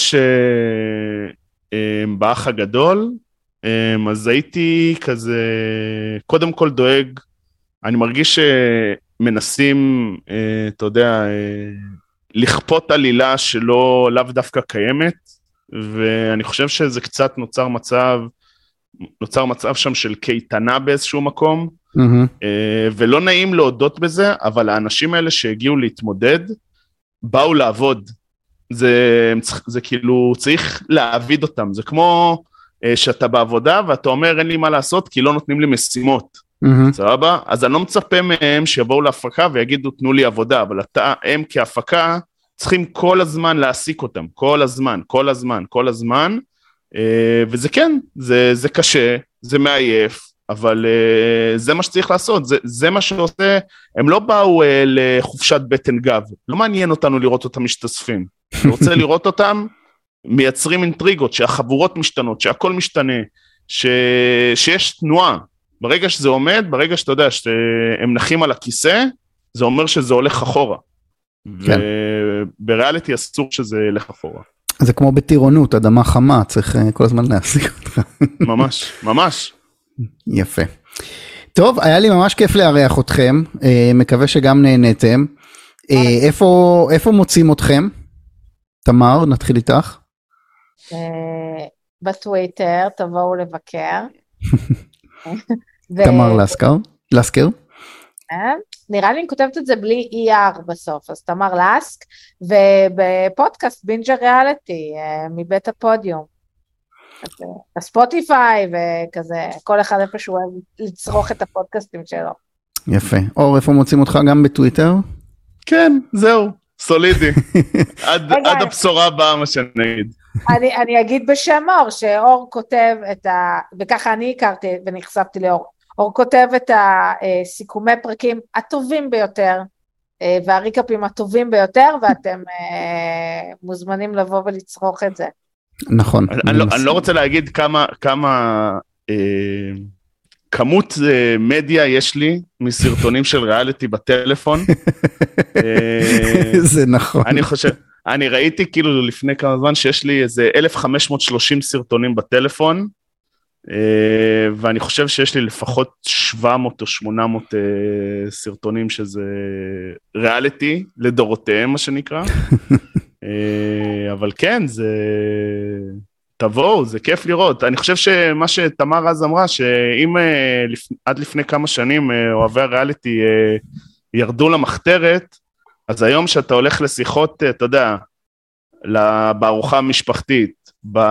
שבאח הגדול, אז הייתי כזה, קודם כל דואג, אני מרגיש שמנסים, אתה יודע, לכפות עלילה שלא לאו דווקא קיימת, ואני חושב שזה קצת נוצר מצב, נוצר מצב שם של קייטנה באיזשהו מקום, mm-hmm. ולא נעים להודות בזה, אבל האנשים האלה שהגיעו להתמודד, באו לעבוד. זה, זה כאילו, צריך להעביד אותם. זה כמו שאתה בעבודה, ואתה אומר, אין לי מה לעשות, כי לא נותנים לי משימות. Mm-hmm. סבבה? אז אני לא מצפה מהם שיבואו להפקה ויגידו, תנו לי עבודה, אבל אתה, הם כהפקה, צריכים כל הזמן להעסיק אותם, כל הזמן, כל הזמן, כל הזמן, וזה כן, זה, זה קשה, זה מעייף, אבל זה מה שצריך לעשות, זה, זה מה שעושה, הם לא באו לחופשת בטן גב, לא מעניין אותנו לראות אותם משתספים, אני רוצה לראות אותם, מייצרים אינטריגות, שהחבורות משתנות, שהכל משתנה, ש, שיש תנועה, ברגע שזה עומד, ברגע שאתה יודע שהם נחים על הכיסא, זה אומר שזה הולך אחורה, כן. ובריאליטי אסור שזה הולך אחורה. זה כמו בטירונות, אדמה חמה, צריך כל הזמן להשיג אותך. ממש, ממש. יפה. טוב, היה לי ממש כיף לארח אתכם, מקווה שגם נהניתם. איפה, איפה מוצאים אתכם? תמר, נתחיל איתך. בטוויטר, תבואו לבקר. תמר לסקר? לסקר? נראה לי אני כותבת את זה בלי אי אר בסוף, אז תמר לסק, ובפודקאסט בינג'ר ריאליטי, מבית הפודיום, הספוטיפיי וכזה, כל אחד איפה שהוא אוהב לצרוך את הפודקאסטים שלו. יפה. אור, איפה מוצאים אותך גם בטוויטר? כן, זהו, סולידי. עד, עד הבשורה הבאה מה שאני אגיד. אני, אני אגיד בשם אור, שאור כותב את ה... וככה אני הכרתי ונחשפתי לאור, אור כותב את הסיכומי פרקים הטובים ביותר, והריקאפים הטובים ביותר, ואתם מוזמנים לבוא ולצרוך את זה. נכון. אני לא, אני לא רוצה להגיד כמה, כמה אה, כמות אה, מדיה יש לי מסרטונים של ריאליטי בטלפון. אה, זה נכון. אני חושב, אני ראיתי כאילו לפני כמה זמן שיש לי איזה אלף חמש מאות ושלושים סרטונים בטלפון, Uh, ואני חושב שיש לי לפחות שבע מאות או שמונה מאות uh, סרטונים שזה ריאליטי לדורותיהם מה שנקרא, uh, אבל כן זה תבואו, זה כיף לראות. אני חושב שמה שתמר אז אמרה שאם uh, לפ... עד לפני כמה שנים uh, אוהבי הריאליטי uh, ירדו למחתרת, אז היום שאתה הולך לשיחות uh, אתה יודע בארוחה המשפחתית,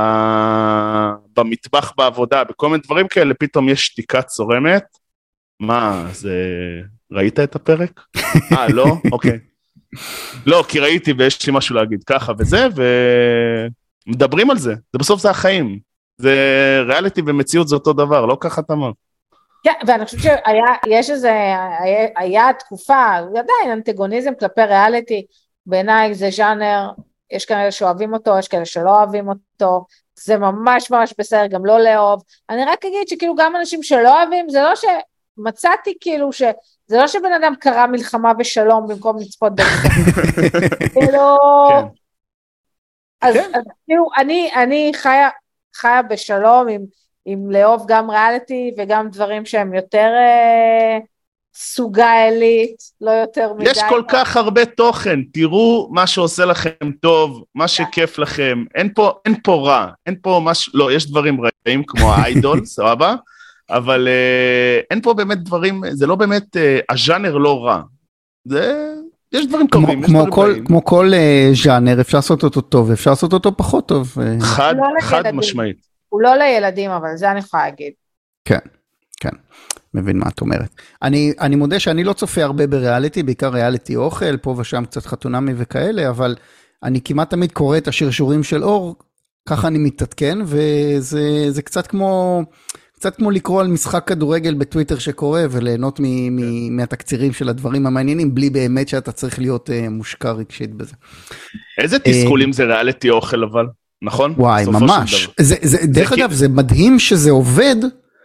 במטבח בעבודה, בכל מיני דברים כאלה, פתאום יש שתיקה צורמת. מה, זה... ראית את הפרק? אה, לא? אוקיי. לא, כי ראיתי ויש לי משהו להגיד ככה וזה, ומדברים על זה. זה בסוף זה החיים. זה ריאליטי ומציאות זה אותו דבר, לא ככה תמר. כן, ואני חושבת שהיה, יש איזה, היה, היה תקופה, עדיין אנטגוניזם כלפי ריאליטי, בעיניי זה ז'אנר, יש כאלה שאוהבים אותו, יש כאלה שלא אוהבים אותו, זה ממש ממש בסדר, גם לא לאהוב. אני רק אגיד שכאילו גם אנשים שלא אוהבים, זה לא שמצאתי כאילו, ש... זה לא שבן אדם קרא מלחמה ושלום במקום לצפות במלחמה. כאילו, אז כאילו, אני חיה בשלום עם לאהוב גם ריאליטי וגם דברים שהם יותר... סוגה אלית, לא יותר מדי. יש כל כך הרבה תוכן, תראו מה שעושה לכם טוב, מה שכיף לכם, אין פה, אין פה רע, אין פה משהו, לא, יש דברים רעים כמו האיידול, סבבה, אבל אה, אין פה באמת דברים, זה לא באמת, אה, הז'אנר לא רע, זה, יש דברים טובים, כמו, כמו כל, כמו כל אה, ז'אנר, אפשר לעשות אותו טוב, אפשר לעשות אותו פחות טוב. אה. חד, לא חד משמעית. הוא לא לילדים, אבל זה אני יכולה להגיד. כן, כן. מבין מה את אומרת. אני, אני מודה שאני לא צופה הרבה בריאליטי, בעיקר ריאליטי אוכל, פה ושם קצת חתונמי וכאלה, אבל אני כמעט תמיד קורא את השרשורים של אור, ככה אני מתעדכן, וזה זה קצת כמו, קצת כמו לקרוא על משחק כדורגל בטוויטר שקורה, וליהנות מ, מ, מהתקצירים של הדברים המעניינים, בלי באמת שאתה צריך להיות uh, מושקע רגשית בזה. איזה תסכולים זה ריאליטי אוכל אבל, נכון? וואי, ממש. זה, זה, דרך אגב, זה מדהים שזה עובד,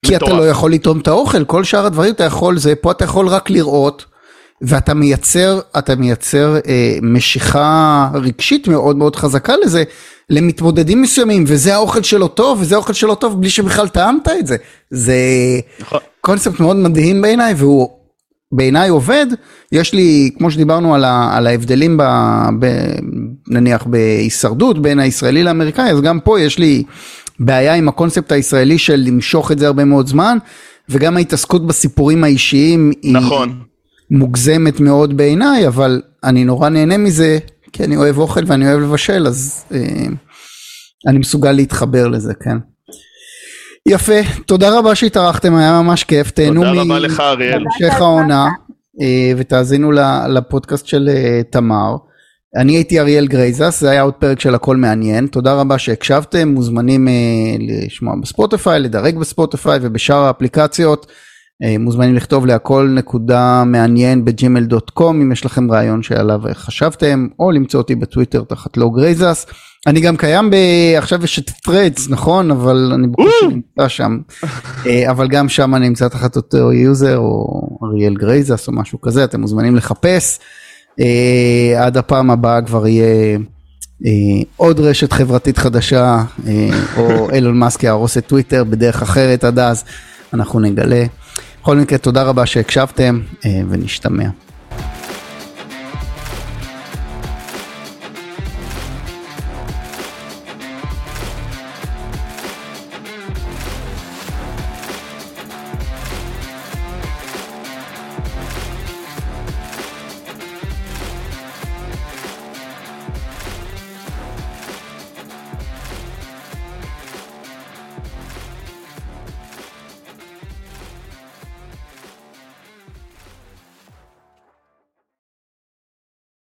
כי אתה לא יכול לטעום את האוכל, כל שאר הדברים אתה יכול, זה, פה אתה יכול רק לראות, ואתה מייצר, אתה מייצר אה, משיכה רגשית מאוד מאוד חזקה לזה, למתמודדים מסוימים, וזה האוכל שלו טוב, וזה האוכל שלו טוב, בלי שבכלל טעמת את זה. זה נכון. קונספט מאוד מדהים בעיניי, והוא בעיניי עובד. יש לי, כמו שדיברנו על, ה, על ההבדלים, ב, ב, נניח בהישרדות, בין הישראלי לאמריקאי, אז גם פה יש לי בעיה עם הקונספט הישראלי של למשוך את זה הרבה מאוד זמן, וגם ההתעסקות בסיפורים האישיים, נכון. היא מוגזמת מאוד בעיניי, אבל אני נורא נהנה מזה, כי אני אוהב אוכל ואני אוהב לבשל, אז אה, אני מסוגל להתחבר לזה, כן. יפה, תודה רבה שהתארחתם, היה ממש כיף, תהנו תודה רבה לך אריאל. המשך העונה, אה, ותאזינו לפודקאסט של אה, תמר. אני הייתי אריאל גרייזס, זה היה עוד פרק של הכל מעניין, תודה רבה שהקשבתם, מוזמנים אה, לשמוע בספוטיפיי, לדרג בספוטיפיי ובשאר האפליקציות, מוזמנים לכתוב להכל נקודה מעניין בג'ימייל דוט קום אם יש לכם רעיון שעליו חשבתם, או למצוא אותי בטוויטר תחת לא גרייזס. אני גם קיים ב... עכשיו יש את פרדס, נכון? אבל אני בקושי נמצא שם. אבל גם שם אני נמצא תחת אותו יוזר, או אריאל גרייזס, או משהו כזה, אתם מוזמנים לחפש. עד הפעם הבאה כבר יהיה עוד רשת חברתית חדשה, או אילון מאסק יהרוס את טוויטר בדרך אחרת, עד אז אנחנו נגלה. בכל מקרה, תודה רבה שהקשבתם, ונשתמע.